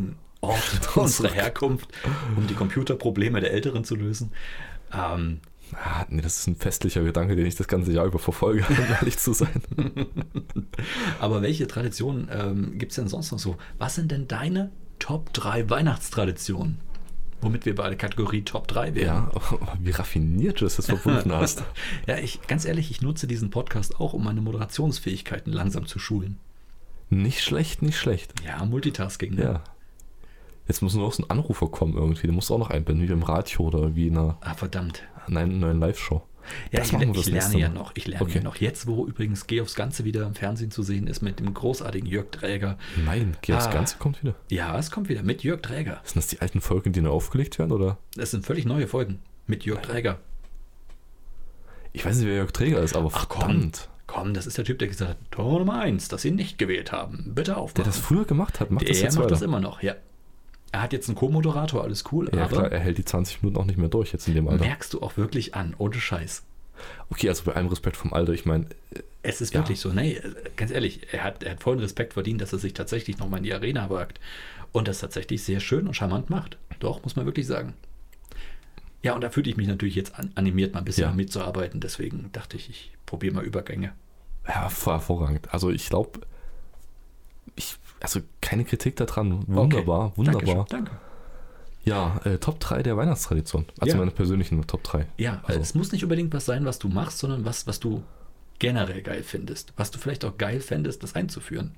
Ort unserer Herkunft, um die Computerprobleme der Älteren zu lösen. Nee, das ist ein festlicher Gedanke, den ich das ganze Jahr über verfolge, um ehrlich zu sein. Aber welche Traditionen gibt es denn sonst noch so? Was sind denn deine Top 3 Weihnachtstraditionen? Womit wir bei der Kategorie Top 3 wären. Ja, wie raffiniert du das verbunden hast. Ja, ganz ehrlich, ich nutze diesen Podcast auch, um meine Moderationsfähigkeiten langsam zu schulen. Nicht schlecht, nicht schlecht. Ja, Multitasking. Ne? Ja. Jetzt muss nur noch so ein Anrufer kommen irgendwie. Den musst du auch noch einbinden, wie im Radio oder wie in einer verdammt. Neuen Live-Show. Ja, ich lerne ja noch. Jetzt, wo übrigens Geh aufs Ganze wieder im Fernsehen zu sehen ist mit dem großartigen Jörg Dräger. Nein, Geh aufs Ganze kommt wieder. Ja, es kommt wieder mit Jörg Dräger. Sind das die alten Folgen, die noch aufgelegt werden, oder? Das sind völlig neue Folgen mit Jörg Dräger. Ich weiß nicht, wer Jörg Dräger ist, aber verdammt. Komm, das ist der Typ, der gesagt hat, Tor Nummer 1, das Sie nicht gewählt haben. Bitte aufmachen. Der das früher gemacht hat, macht das jetzt weiter. macht das immer noch, ja. Er hat jetzt einen Co-Moderator, alles cool. Ja, aber klar, er hält die 20 Minuten auch nicht mehr durch jetzt in dem Alter. Merkst du auch wirklich an, ohne Scheiß. Okay, also bei allem Respekt vom Alter, ich meine... Es ist wirklich so, nee, ganz ehrlich, er hat vollen Respekt verdient, dass er sich tatsächlich nochmal in die Arena wagt und das tatsächlich sehr schön und charmant macht. Doch, muss man wirklich sagen. Ja, und da fühle ich mich natürlich jetzt animiert, mal ein bisschen mitzuarbeiten, deswegen dachte ich, ich probiere mal Übergänge. Ja, hervorragend. Also ich glaube, also keine Kritik daran. Wunderbar, okay. wunderbar. Danke. Ja, Top 3 der Weihnachtstradition. Also meine persönlichen Top 3. Ja, also es muss nicht unbedingt was sein, was du machst, sondern was du generell geil findest. Was du vielleicht auch geil fändest, das einzuführen.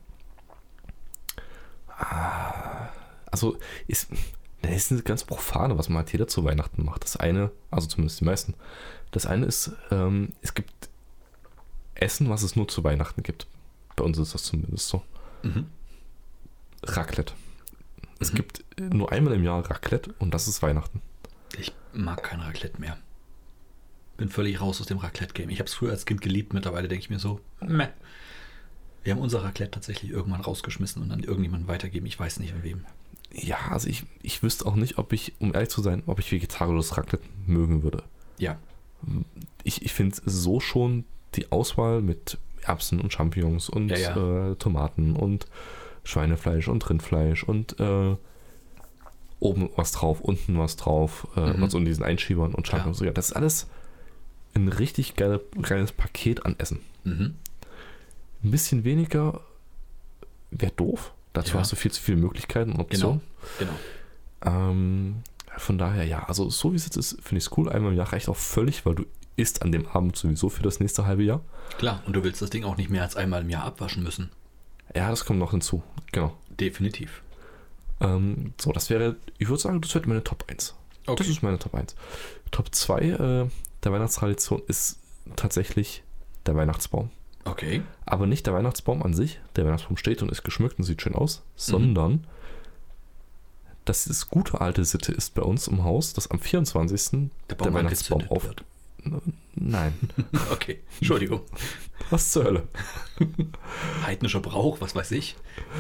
Also das ist eine ganz profane, was man halt jeder zu Weihnachten macht. Das eine, also zumindest die meisten, das eine ist, es gibt Essen, was es nur zu Weihnachten gibt. Bei uns ist das zumindest so. Mhm. Raclette. Es gibt nur einmal im Jahr Raclette und das ist Weihnachten. Ich mag kein Raclette mehr. Bin völlig raus aus dem Raclette-Game. Ich habe es früher als Kind geliebt, mittlerweile denke ich mir so, meh. Wir haben unser Raclette tatsächlich irgendwann rausgeschmissen und an irgendjemanden weitergeben. Ich weiß nicht an wem. Ja, also ich wüsste auch nicht, ob ich, um ehrlich zu sein, ob ich vegetarisches Raclette mögen würde. Ja. Ich finde so schon die Auswahl mit Erbsen und Champignons und Tomaten und Schweinefleisch und Rindfleisch und oben was drauf, unten was drauf, also in diesen Einschiebern und Champignons. Ja, das ist alles ein richtig geiles Paket an Essen. Mhm. Ein bisschen weniger wäre doof. Dazu hast du viel zu viele Möglichkeiten und Optionen. Genau. Von daher, ja, also so wie es jetzt ist, finde ich es cool. Einmal im Jahr reicht auch völlig, weil du isst an dem Abend sowieso für das nächste halbe Jahr. Klar, und du willst das Ding auch nicht mehr als einmal im Jahr abwaschen müssen. Ja, das kommt noch hinzu. Genau. Definitiv. So, das wäre, ich würde sagen, das wäre meine Top 1. Okay. Das ist meine Top 1. Top 2 der Weihnachtstradition ist tatsächlich der Weihnachtsbaum. Okay. Aber nicht der Weihnachtsbaum an sich. Der Weihnachtsbaum steht und ist geschmückt und sieht schön aus, sondern dass es gute alte Sitte ist bei uns im Haus, dass am 24. der Weihnachtsbaum wird. Nein. Okay, Entschuldigung. Was zur Hölle? Heidnischer Brauch, was weiß ich.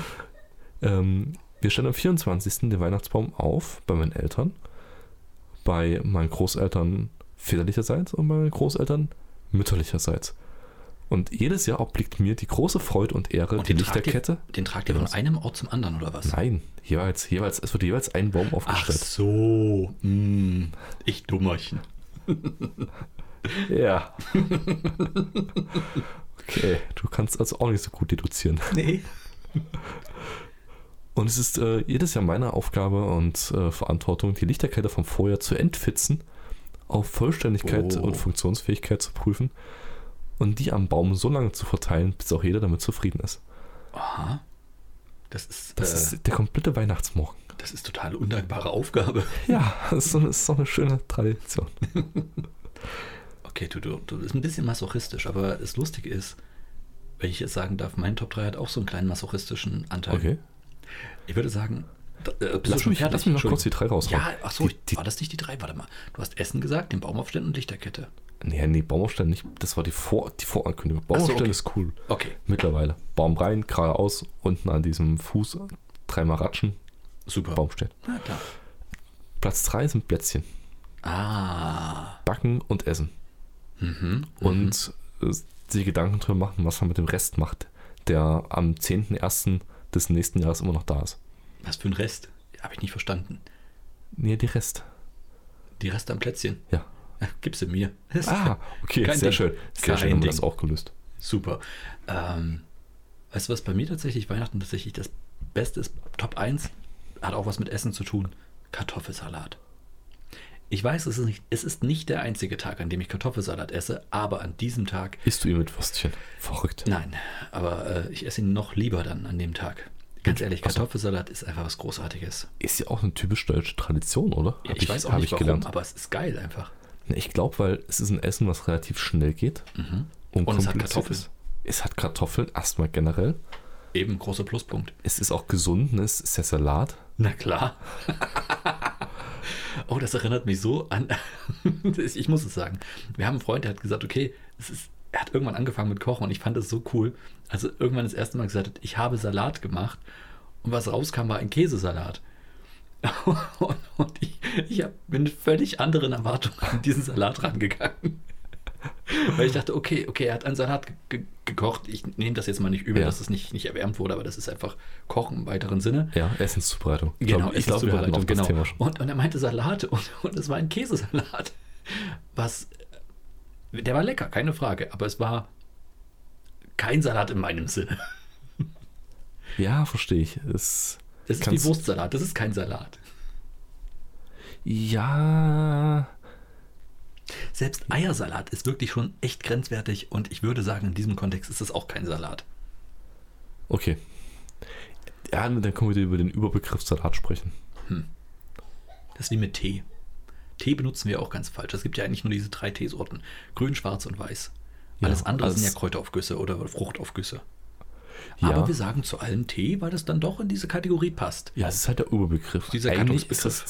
Wir stellen am 24. den Weihnachtsbaum auf bei meinen Eltern, bei meinen Großeltern väterlicherseits und bei meinen Großeltern mütterlicherseits. Und jedes Jahr obliegt mir die große Freude und Ehre, und die Lichterkette. Den tragt ihr von einem Ort zum anderen, oder was? Nein, es wird jeweils ein Baum aufgestellt. Ach so, ich Dummerchen. Ja. Okay, du kannst also auch nicht so gut deduzieren. Nee. Und es ist jedes Jahr meine Aufgabe und Verantwortung, die Lichterkette vom Vorjahr zu entfitzen, auf Vollständigkeit und Funktionsfähigkeit zu prüfen und die am Baum so lange zu verteilen, bis auch jeder damit zufrieden ist. Aha. Das ist der komplette Weihnachtsmorgen. Das ist total undankbare Aufgabe. Ja, das ist so eine schöne Tradition. Okay, du bist ein bisschen masochistisch, aber das Lustige ist, wenn ich jetzt sagen darf, mein Top 3 hat auch so einen kleinen masochistischen Anteil. Okay. Ich würde sagen, lass mich noch kurz die 3 raushauen. Ja, achso, war das nicht die 3? Warte mal. Du hast Essen gesagt, den Baum aufstellen und Lichterkette. Nee, Baum aufstellen nicht. Das war die Vorankündigung. Baum aufstellen ist cool. Okay. Mittlerweile. Baum rein, geradeaus, unten an diesem Fuß 3-mal ratschen. Super. Baum steht. Na klar. Platz 3 sind Plätzchen. Backen und essen. Und sich Gedanken drüber machen, was man mit dem Rest macht, der am 10.01. des nächsten Jahres immer noch da ist. Was für ein Rest? Habe ich nicht verstanden. Nee, die Rest. Die Reste am Plätzchen? Ja. Gib sie mir. Okay, kein sehr Ding. schön. Sehr schön, haben wir Ding. das auch gelöst. Super. Weißt du, was bei mir tatsächlich Weihnachten tatsächlich das Beste ist? Top 1 hat auch was mit Essen zu tun. Kartoffelsalat. Ich weiß, es ist nicht der einzige Tag, an dem ich Kartoffelsalat esse, aber an diesem Tag... Isst du ihn mit Würstchen? Verrückt. Nein, aber ich esse ihn noch lieber dann an dem Tag. Ganz ehrlich, Kartoffelsalat ist einfach was Großartiges. Ist ja auch eine typisch deutsche Tradition, oder? Ja, ich weiß auch nicht warum, aber es ist geil einfach. Ich glaube, weil es ist ein Essen, was relativ schnell geht. Und es hat Kartoffeln. Es hat Kartoffeln, erstmal generell. Eben großer Pluspunkt. Es ist auch gesund, ne? Es ist ja Salat. Na klar. Oh, das erinnert mich so an... Ich muss es sagen. Wir haben einen Freund, der hat gesagt, okay, er hat irgendwann angefangen mit Kochen und ich fand das so cool. Also irgendwann das erste Mal gesagt hat, ich habe Salat gemacht und was rauskam, war ein Käsesalat. Und ich bin mit völlig anderen Erwartungen an diesen Salat rangegangen. Weil ich dachte, okay, er hat einen Salat gekocht. Ich nehme das jetzt mal nicht übel, dass es nicht erwärmt wurde, aber das ist einfach Kochen im weiteren Sinne. Ja, Essenszubereitung. Genau, Essenszubereitung, genau. Das Thema schon. Und er meinte Salat und es war ein Käsesalat. Der war lecker, keine Frage, aber es war kein Salat in meinem Sinne. Ja, verstehe ich. Das ist wie Wurstsalat, das ist kein Salat. Ja... Selbst Eiersalat ist wirklich schon echt grenzwertig und ich würde sagen, in diesem Kontext ist es auch kein Salat. Okay. Ja, dann können wir wieder über den Überbegriff Salat sprechen. Das ist wie mit Tee. Tee benutzen wir auch ganz falsch. Es gibt ja eigentlich nur diese 3 Teesorten. Grün, schwarz und weiß. Alles andere sind ja Kräuteraufgüsse oder Fruchtaufgüsse. Ja. Aber wir sagen zu allem Tee, weil das dann doch in diese Kategorie passt. Ja, es ist halt der Überbegriff. Dieser eigentlich ist das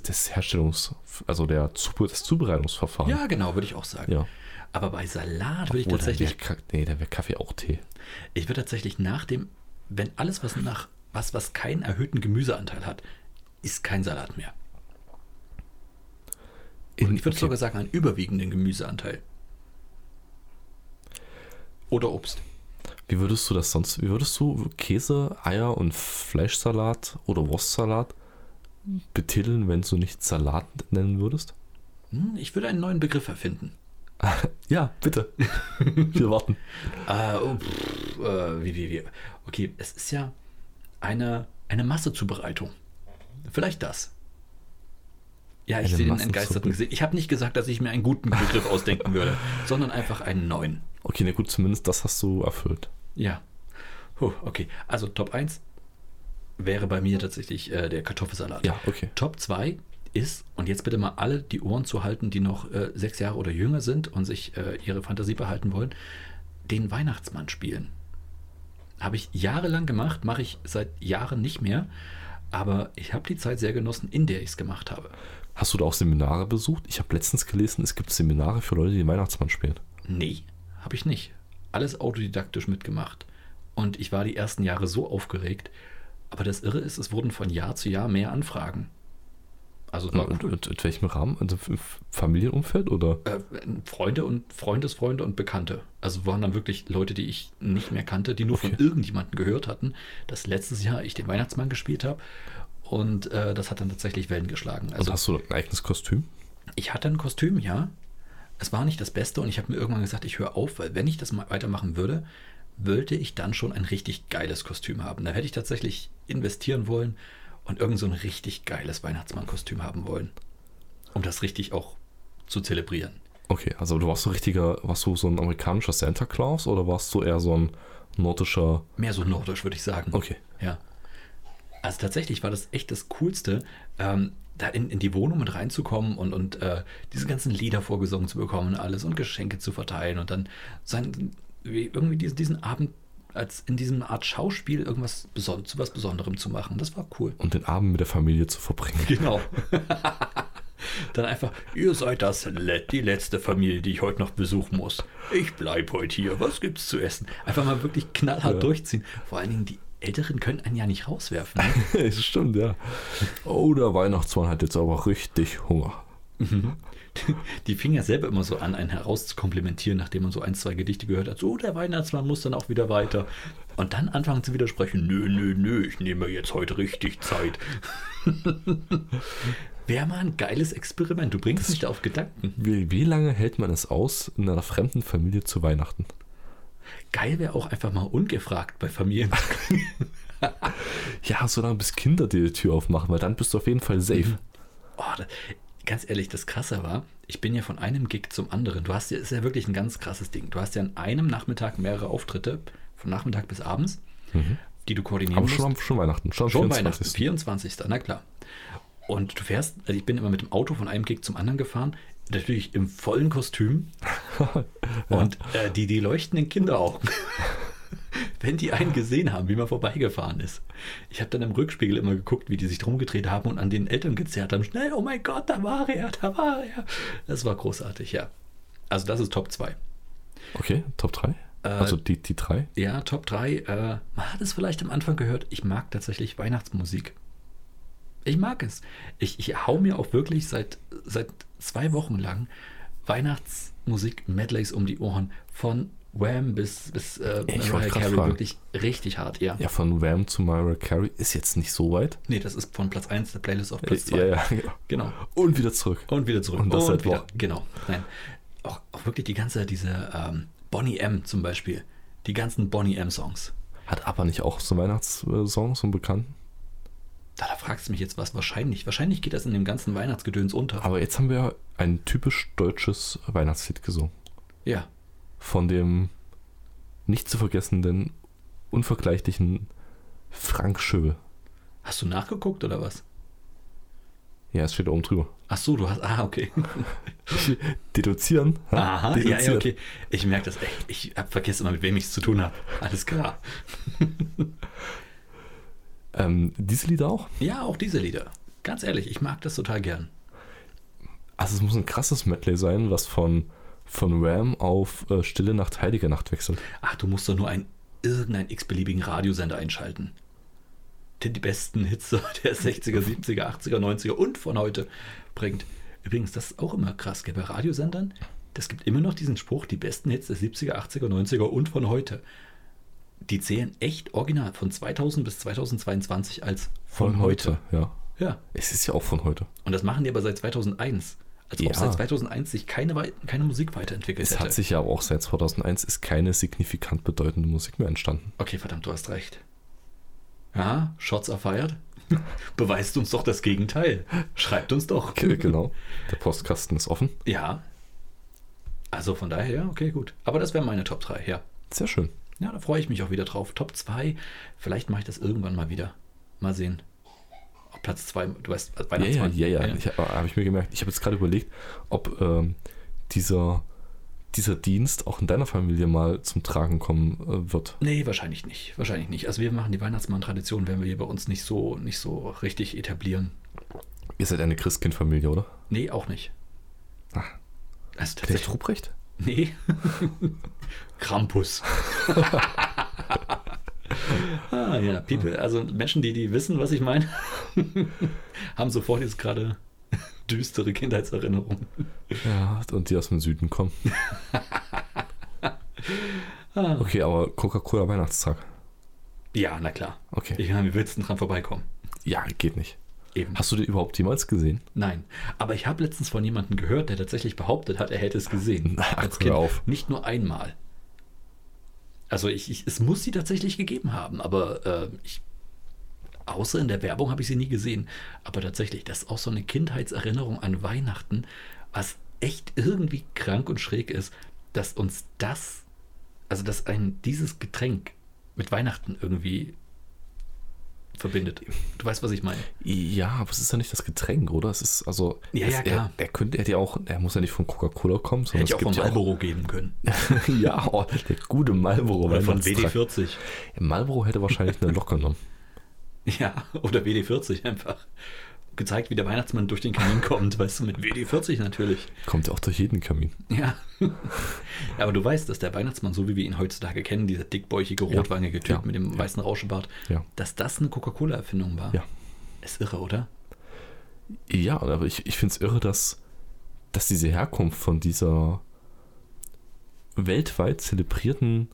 das Zubereitungsverfahren. Ja, genau, würde ich auch sagen. Ja. Aber bei Salat würde ich tatsächlich... Nee, da wäre Kaffee auch Tee. Ich würde tatsächlich wenn alles, was keinen erhöhten Gemüseanteil hat, ist kein Salat mehr. Und ich würde sogar sagen, einen überwiegenden Gemüseanteil. Oder Obst. Wie würdest du Käse, Eier und Fleischsalat oder Wurstsalat betiteln, wenn du nicht Salat nennen würdest? Ich würde einen neuen Begriff erfinden. Ja, bitte. Wir warten. Okay, es ist ja eine Massezubereitung. Vielleicht das. Ja, ich sehe den entgeisterten Gesicht. Ich habe nicht gesagt, dass ich mir einen guten Begriff ausdenken würde, sondern einfach einen neuen. Okay, na gut, zumindest das hast du erfüllt. Ja. Okay, also Top 1 wäre bei mir tatsächlich der Kartoffelsalat. Ja, okay. Top 2 ist, und jetzt bitte mal alle die Ohren zu halten, die noch 6 Jahre oder jünger sind und sich ihre Fantasie behalten wollen, den Weihnachtsmann spielen. Habe ich jahrelang gemacht, mache ich seit Jahren nicht mehr, aber ich habe die Zeit sehr genossen, in der ich es gemacht habe. Hast du da auch Seminare besucht? Ich habe letztens gelesen, es gibt Seminare für Leute, die den Weihnachtsmann spielen. Nee, habe ich nicht. Alles autodidaktisch mitgemacht. Und ich war die ersten Jahre so aufgeregt. Aber das Irre ist, es wurden von Jahr zu Jahr mehr Anfragen. Also in welchem Rahmen? Also im Familienumfeld oder? Freunde und Freundesfreunde und Bekannte. Also waren dann wirklich Leute, die ich nicht mehr kannte, die nur von irgendjemandem gehört hatten, dass letztes Jahr ich den Weihnachtsmann gespielt habe. Und das hat dann tatsächlich Wellen geschlagen. Also hast du ein eigenes Kostüm? Ich hatte ein Kostüm, ja. Es war nicht das Beste und ich habe mir irgendwann gesagt, ich höre auf, weil wenn ich das mal weitermachen würde, wollte ich dann schon ein richtig geiles Kostüm haben. Da hätte ich tatsächlich investieren wollen und irgend so ein richtig geiles Weihnachtsmann-Kostüm haben wollen, um das richtig auch zu zelebrieren. Okay, also warst du so ein amerikanischer Santa Claus oder warst du eher so ein nordischer? Mehr so nordisch, würde ich sagen. Okay. Ja. Also tatsächlich war das echt das Coolste, da in die Wohnung mit reinzukommen und diese ganzen Lieder vorgesungen zu bekommen und alles und Geschenke zu verteilen und dann irgendwie diesen Abend als in diesem Art Schauspiel irgendwas zu was Besonderem zu machen. Das war cool. Und den Abend mit der Familie zu verbringen. Genau. Dann einfach, ihr seid die letzte Familie, die ich heute noch besuchen muss. Ich bleibe heute hier. Was gibt's zu essen? Einfach mal wirklich knallhart durchziehen. Vor allen Dingen die Älteren können einen ja nicht rauswerfen. Ne? Das stimmt, ja. Oh, der Weihnachtsmann hat jetzt aber richtig Hunger. Die fingen ja selber immer so an, einen herauszukomplimentieren, nachdem man so 1, 2 Gedichte gehört hat. So, der Weihnachtsmann muss dann auch wieder weiter. Und dann anfangen zu widersprechen. Nö, ich nehme jetzt heute richtig Zeit. Wäre mal ein geiles Experiment. Du bringst mich da auf Gedanken. Wie lange hält man es aus, in einer fremden Familie zu Weihnachten? Geil wäre auch einfach mal ungefragt bei Familien. Ja, solange bis Kinder dir die Tür aufmachen, weil dann bist du auf jeden Fall safe. Oh, ganz ehrlich, das Krasse war, ich bin ja von einem Gig zum anderen. Das ist ja wirklich ein ganz krasses Ding. Du hast ja an einem Nachmittag mehrere Auftritte, von Nachmittag bis abends, die du koordinieren musst. Aber schon Weihnachten. Schon 24. Weihnachten, 24. Na klar. Und du fährst, also ich bin immer mit dem Auto von einem Gig zum anderen gefahren, natürlich im vollen Kostüm. Und die leuchtenden Kinderaugen, wenn die einen gesehen haben, wie man vorbeigefahren ist. Ich habe dann im Rückspiegel immer geguckt, wie die sich drum gedreht haben und an den Eltern gezerrt haben. Schnell, oh mein Gott, da war er. Das war großartig, ja. Also das ist Top 2. Okay, Top 3? Also die 3? Ja, Top 3. Man hat es vielleicht am Anfang gehört, ich mag tatsächlich Weihnachtsmusik. Ich mag es. Ich hau mir auch wirklich seit 2 Wochen lang Weihnachtsmusik-Medleys um die Ohren. Von Wham bis Mariah Carey. Wirklich richtig hart, ja. Ja, von Wham zu Mariah Carey ist jetzt nicht so weit. Nee, das ist von Platz 1 der Playlist auf Platz 2. Ja, genau. Und wieder zurück. Und wieder zurück. Und das seit wieder, Wochen. genau. Nein. Auch wirklich diese Boney M. zum Beispiel. Die ganzen Boney M-Songs. Hat aber nicht auch so Weihnachtssongs und Bekannten? Da fragst du mich jetzt was. Wahrscheinlich geht das in dem ganzen Weihnachtsgedöns unter. Aber jetzt haben wir ein typisch deutsches Weihnachtslied gesungen. Ja. Von dem nicht zu vergessenen, unvergleichlichen Frank Schöbel. Hast du nachgeguckt oder was? Ja, es steht oben drüber. Ach so, du hast... okay. Deduzieren. Aha, Deduzieren. ja, okay. Ich merke das echt. Ich vergesse immer, mit wem ich es zu tun habe. Alles klar. Diese Lieder auch? Ja, auch diese Lieder. Ganz ehrlich, ich mag das total gern. Also es muss ein krasses Medley sein, was von Wham auf Stille Nacht, Heilige Nacht wechselt. Ach, du musst doch nur irgendeinen x-beliebigen Radiosender einschalten. Der die besten Hits der 60er, 70er, 80er, 90er und von heute bringt. Übrigens, das ist auch immer krass, gell? Bei Radiosendern, das gibt immer noch diesen Spruch, die besten Hits der 70er, 80er, 90er und von heute. Die zählen echt original von 2000 bis 2022 als von heute. Ja. Es ist ja auch von heute. Und das machen die aber seit 2001. Als ob seit 2001 sich keine Musik weiterentwickelt hätte. Es hat sich ja aber auch seit 2001 ist keine signifikant bedeutende Musik mehr entstanden. Okay, verdammt, du hast recht. Ja, Shots are fired. Beweist uns doch das Gegenteil. Schreibt uns doch. Genau. Der Postkasten ist offen. Ja. Also von daher, okay, gut. Aber das wären meine Top 3, ja. Sehr schön. Ja, da freue ich mich auch wieder drauf. Top 2, vielleicht mache ich das irgendwann mal wieder. Mal sehen. Auf Platz 2, du weißt, Weihnachtsmann. Ja. Habe ich mir gemerkt. Ich habe jetzt gerade überlegt, ob dieser Dienst auch in deiner Familie mal zum Tragen kommen wird. Nee, wahrscheinlich nicht. Also wir machen die Weihnachtsmann-Tradition, werden wir hier bei uns nicht so richtig etablieren. Ihr seid eine Christkind-Familie, oder? Nee, auch nicht. Also tatsächlich Ruprecht? Nee. Krampus. Ja, People, also Menschen, die wissen, was ich meine, haben sofort jetzt gerade düstere Kindheitserinnerungen. Ja, und die aus dem Süden kommen. Okay, aber Coca-Cola Weihnachtstag. Ja, na klar. Okay. Wie willst du dran vorbeikommen? Ja, geht nicht. Eben. Hast du die überhaupt jemals gesehen? Nein, aber ich habe letztens von jemandem gehört, der tatsächlich behauptet hat, er hätte es gesehen. Als Kind. Nicht nur einmal. Also es muss sie tatsächlich gegeben haben, aber außer in der Werbung habe ich sie nie gesehen. Aber tatsächlich, das ist auch so eine Kindheitserinnerung an Weihnachten, was echt irgendwie krank und schräg ist, dass uns dass dieses Getränk mit Weihnachten irgendwie verbindet. Du weißt, was ich meine? Ja, aber es ist ja nicht das Getränk, oder? Es ist also. Ja, klar. Er muss ja nicht von Coca-Cola kommen, sondern hätte ja auch von Marlboro geben können. Ja, der gute Marlboro. Oder von WD-40. Marlboro hätte wahrscheinlich eine Lok genommen. Ja, oder WD-40 einfach. Gezeigt, wie der Weihnachtsmann durch den Kamin kommt, weißt du, mit WD-40 natürlich. Kommt ja auch durch jeden Kamin. Ja. Aber du weißt, dass der Weihnachtsmann, so wie wir ihn heutzutage kennen, dieser dickbäuchige, rotwangige Typ mit dem weißen Rauschebart, dass das eine Coca-Cola-Erfindung war. Ja. Ist irre, oder? Ja, aber ich finde es irre, dass diese Herkunft von dieser weltweit zelebrierten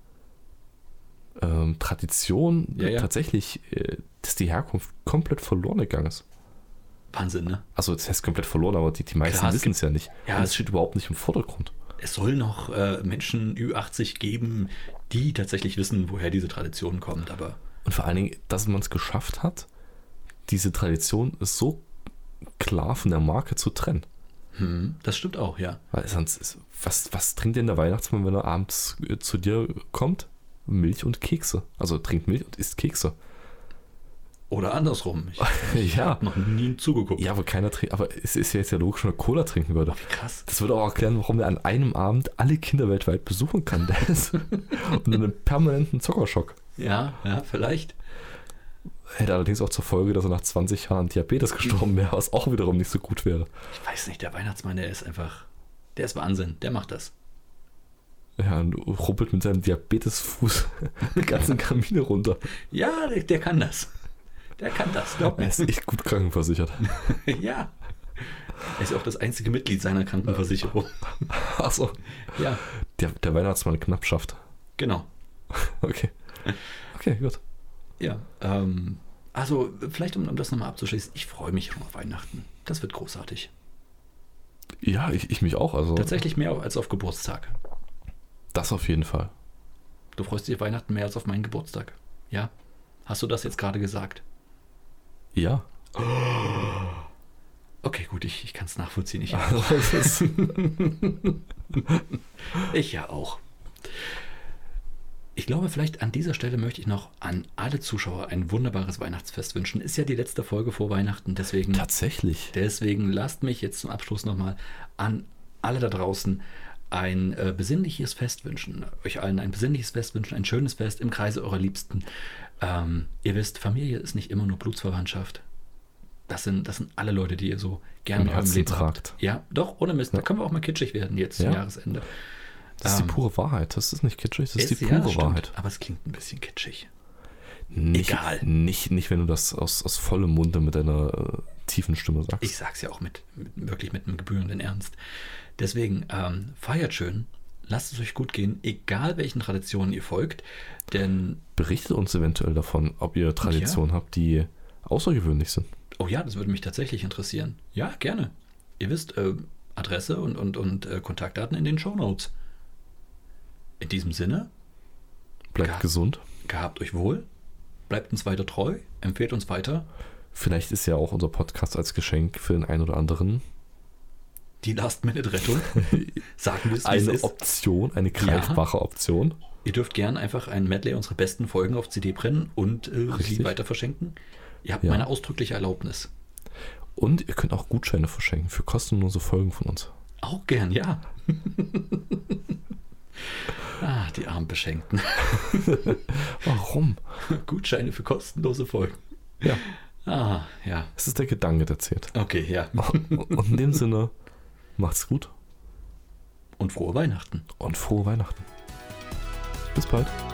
Tradition tatsächlich, dass die Herkunft komplett verloren gegangen ist. Wahnsinn, ne? Also das heißt komplett verloren, aber die meisten Klar, wissen es ja nicht. Ja, und es steht überhaupt nicht im Vordergrund. Es soll noch Menschen Ü80 geben, die tatsächlich wissen, woher diese Tradition kommt, aber... Und vor allen Dingen, dass man es geschafft hat, diese Tradition so klar von der Marke zu trennen. Das stimmt auch, ja. Weil sonst ist, was trinkt denn der Weihnachtsmann, wenn er abends zu dir kommt? Milch und Kekse. Also trinkt Milch und isst Kekse. Oder andersrum. Ich Ja. habe noch nie zugeguckt. Ja, aber keiner trinkt. Aber es ist ja jetzt ja logisch, wenn er Cola trinken würde. Wie krass. Das würde auch erklären, warum er an einem Abend alle Kinder weltweit besuchen kann. Der ist und einen permanenten Zuckerschock. Ja, vielleicht. Hätte allerdings auch zur Folge, dass er nach 20 Jahren Diabetes gestorben wäre, was auch wiederum nicht so gut wäre. Ich weiß nicht, der Weihnachtsmann, der ist Wahnsinn, der macht das. Ja, und ruppelt mit seinem Diabetesfuß die ganzen Kamine runter. Ja, der kann das. Der kann das, glaub mir. Er ist echt gut krankenversichert. Ja. Er ist auch das einzige Mitglied seiner Krankenversicherung. Achso. Ja, Der Weihnachtsmann knapp schafft. genau. Okay. Okay, gut. Ja, also vielleicht um das nochmal abzuschließen, ich freue mich schon auf Weihnachten. Das wird großartig. Ja, ich mich auch. Also Tatsächlich mehr als auf Geburtstag. das auf jeden Fall. Du freust dich auf Weihnachten mehr als auf meinen Geburtstag. Ja? Hast du das jetzt gerade gesagt? Ja. Okay, gut, ich kann es nachvollziehen. Also, Ich ja auch. Ich glaube, vielleicht an dieser Stelle möchte ich noch an alle Zuschauer ein wunderbares Weihnachtsfest wünschen. Ist ja die letzte Folge vor Weihnachten, deswegen lasst mich jetzt zum Abschluss nochmal an alle da draußen ein besinnliches Fest wünschen. Euch allen ein besinnliches Fest wünschen, ein schönes Fest im Kreise eurer Liebsten. Ihr wisst, Familie ist nicht immer nur Blutsverwandtschaft. Das sind alle Leute, die ihr so gerne in eurem Leben tragt. Ja, doch, ohne Mist. Da können wir auch mal kitschig werden jetzt zum Jahresende. Das ist die pure Wahrheit. Das ist nicht kitschig, das ist die ja, pure stimmt, Wahrheit. aber es klingt ein bisschen kitschig. Egal. Nicht, wenn du das aus vollem Munde mit deiner tiefen Stimme sagst. Ich sag's ja auch wirklich mit einem gebührenden Ernst. Deswegen, feiert schön, lasst es euch gut gehen, egal welchen Traditionen ihr folgt, denn... Berichtet uns eventuell davon, ob ihr Traditionen habt, die außergewöhnlich sind. Oh ja, das würde mich tatsächlich interessieren. Ja, gerne. Ihr wisst, Adresse und Kontaktdaten in den Shownotes. In diesem Sinne, Bleibt gesund. Gehabt euch wohl, bleibt uns weiter treu, empfehlt uns weiter. Vielleicht ist ja auch unser Podcast als Geschenk für den einen oder anderen Die Last-Minute-Rettung. Sagen wir es, wie eine es ist. Option, eine greifbare Option. Ihr dürft gern einfach ein Medley unserer besten Folgen auf CD brennen und sie weiter verschenken. Ihr habt meine ausdrückliche Erlaubnis. Und ihr könnt auch Gutscheine verschenken für kostenlose Folgen von uns. Auch gern, ja. Die armen Beschenkten. Warum? Gutscheine für kostenlose Folgen. Ja. Ja. Es ist der Gedanke, der zählt. Okay, ja. Und in dem Sinne, macht's gut. Und frohe Weihnachten. Und frohe Weihnachten. Bis bald.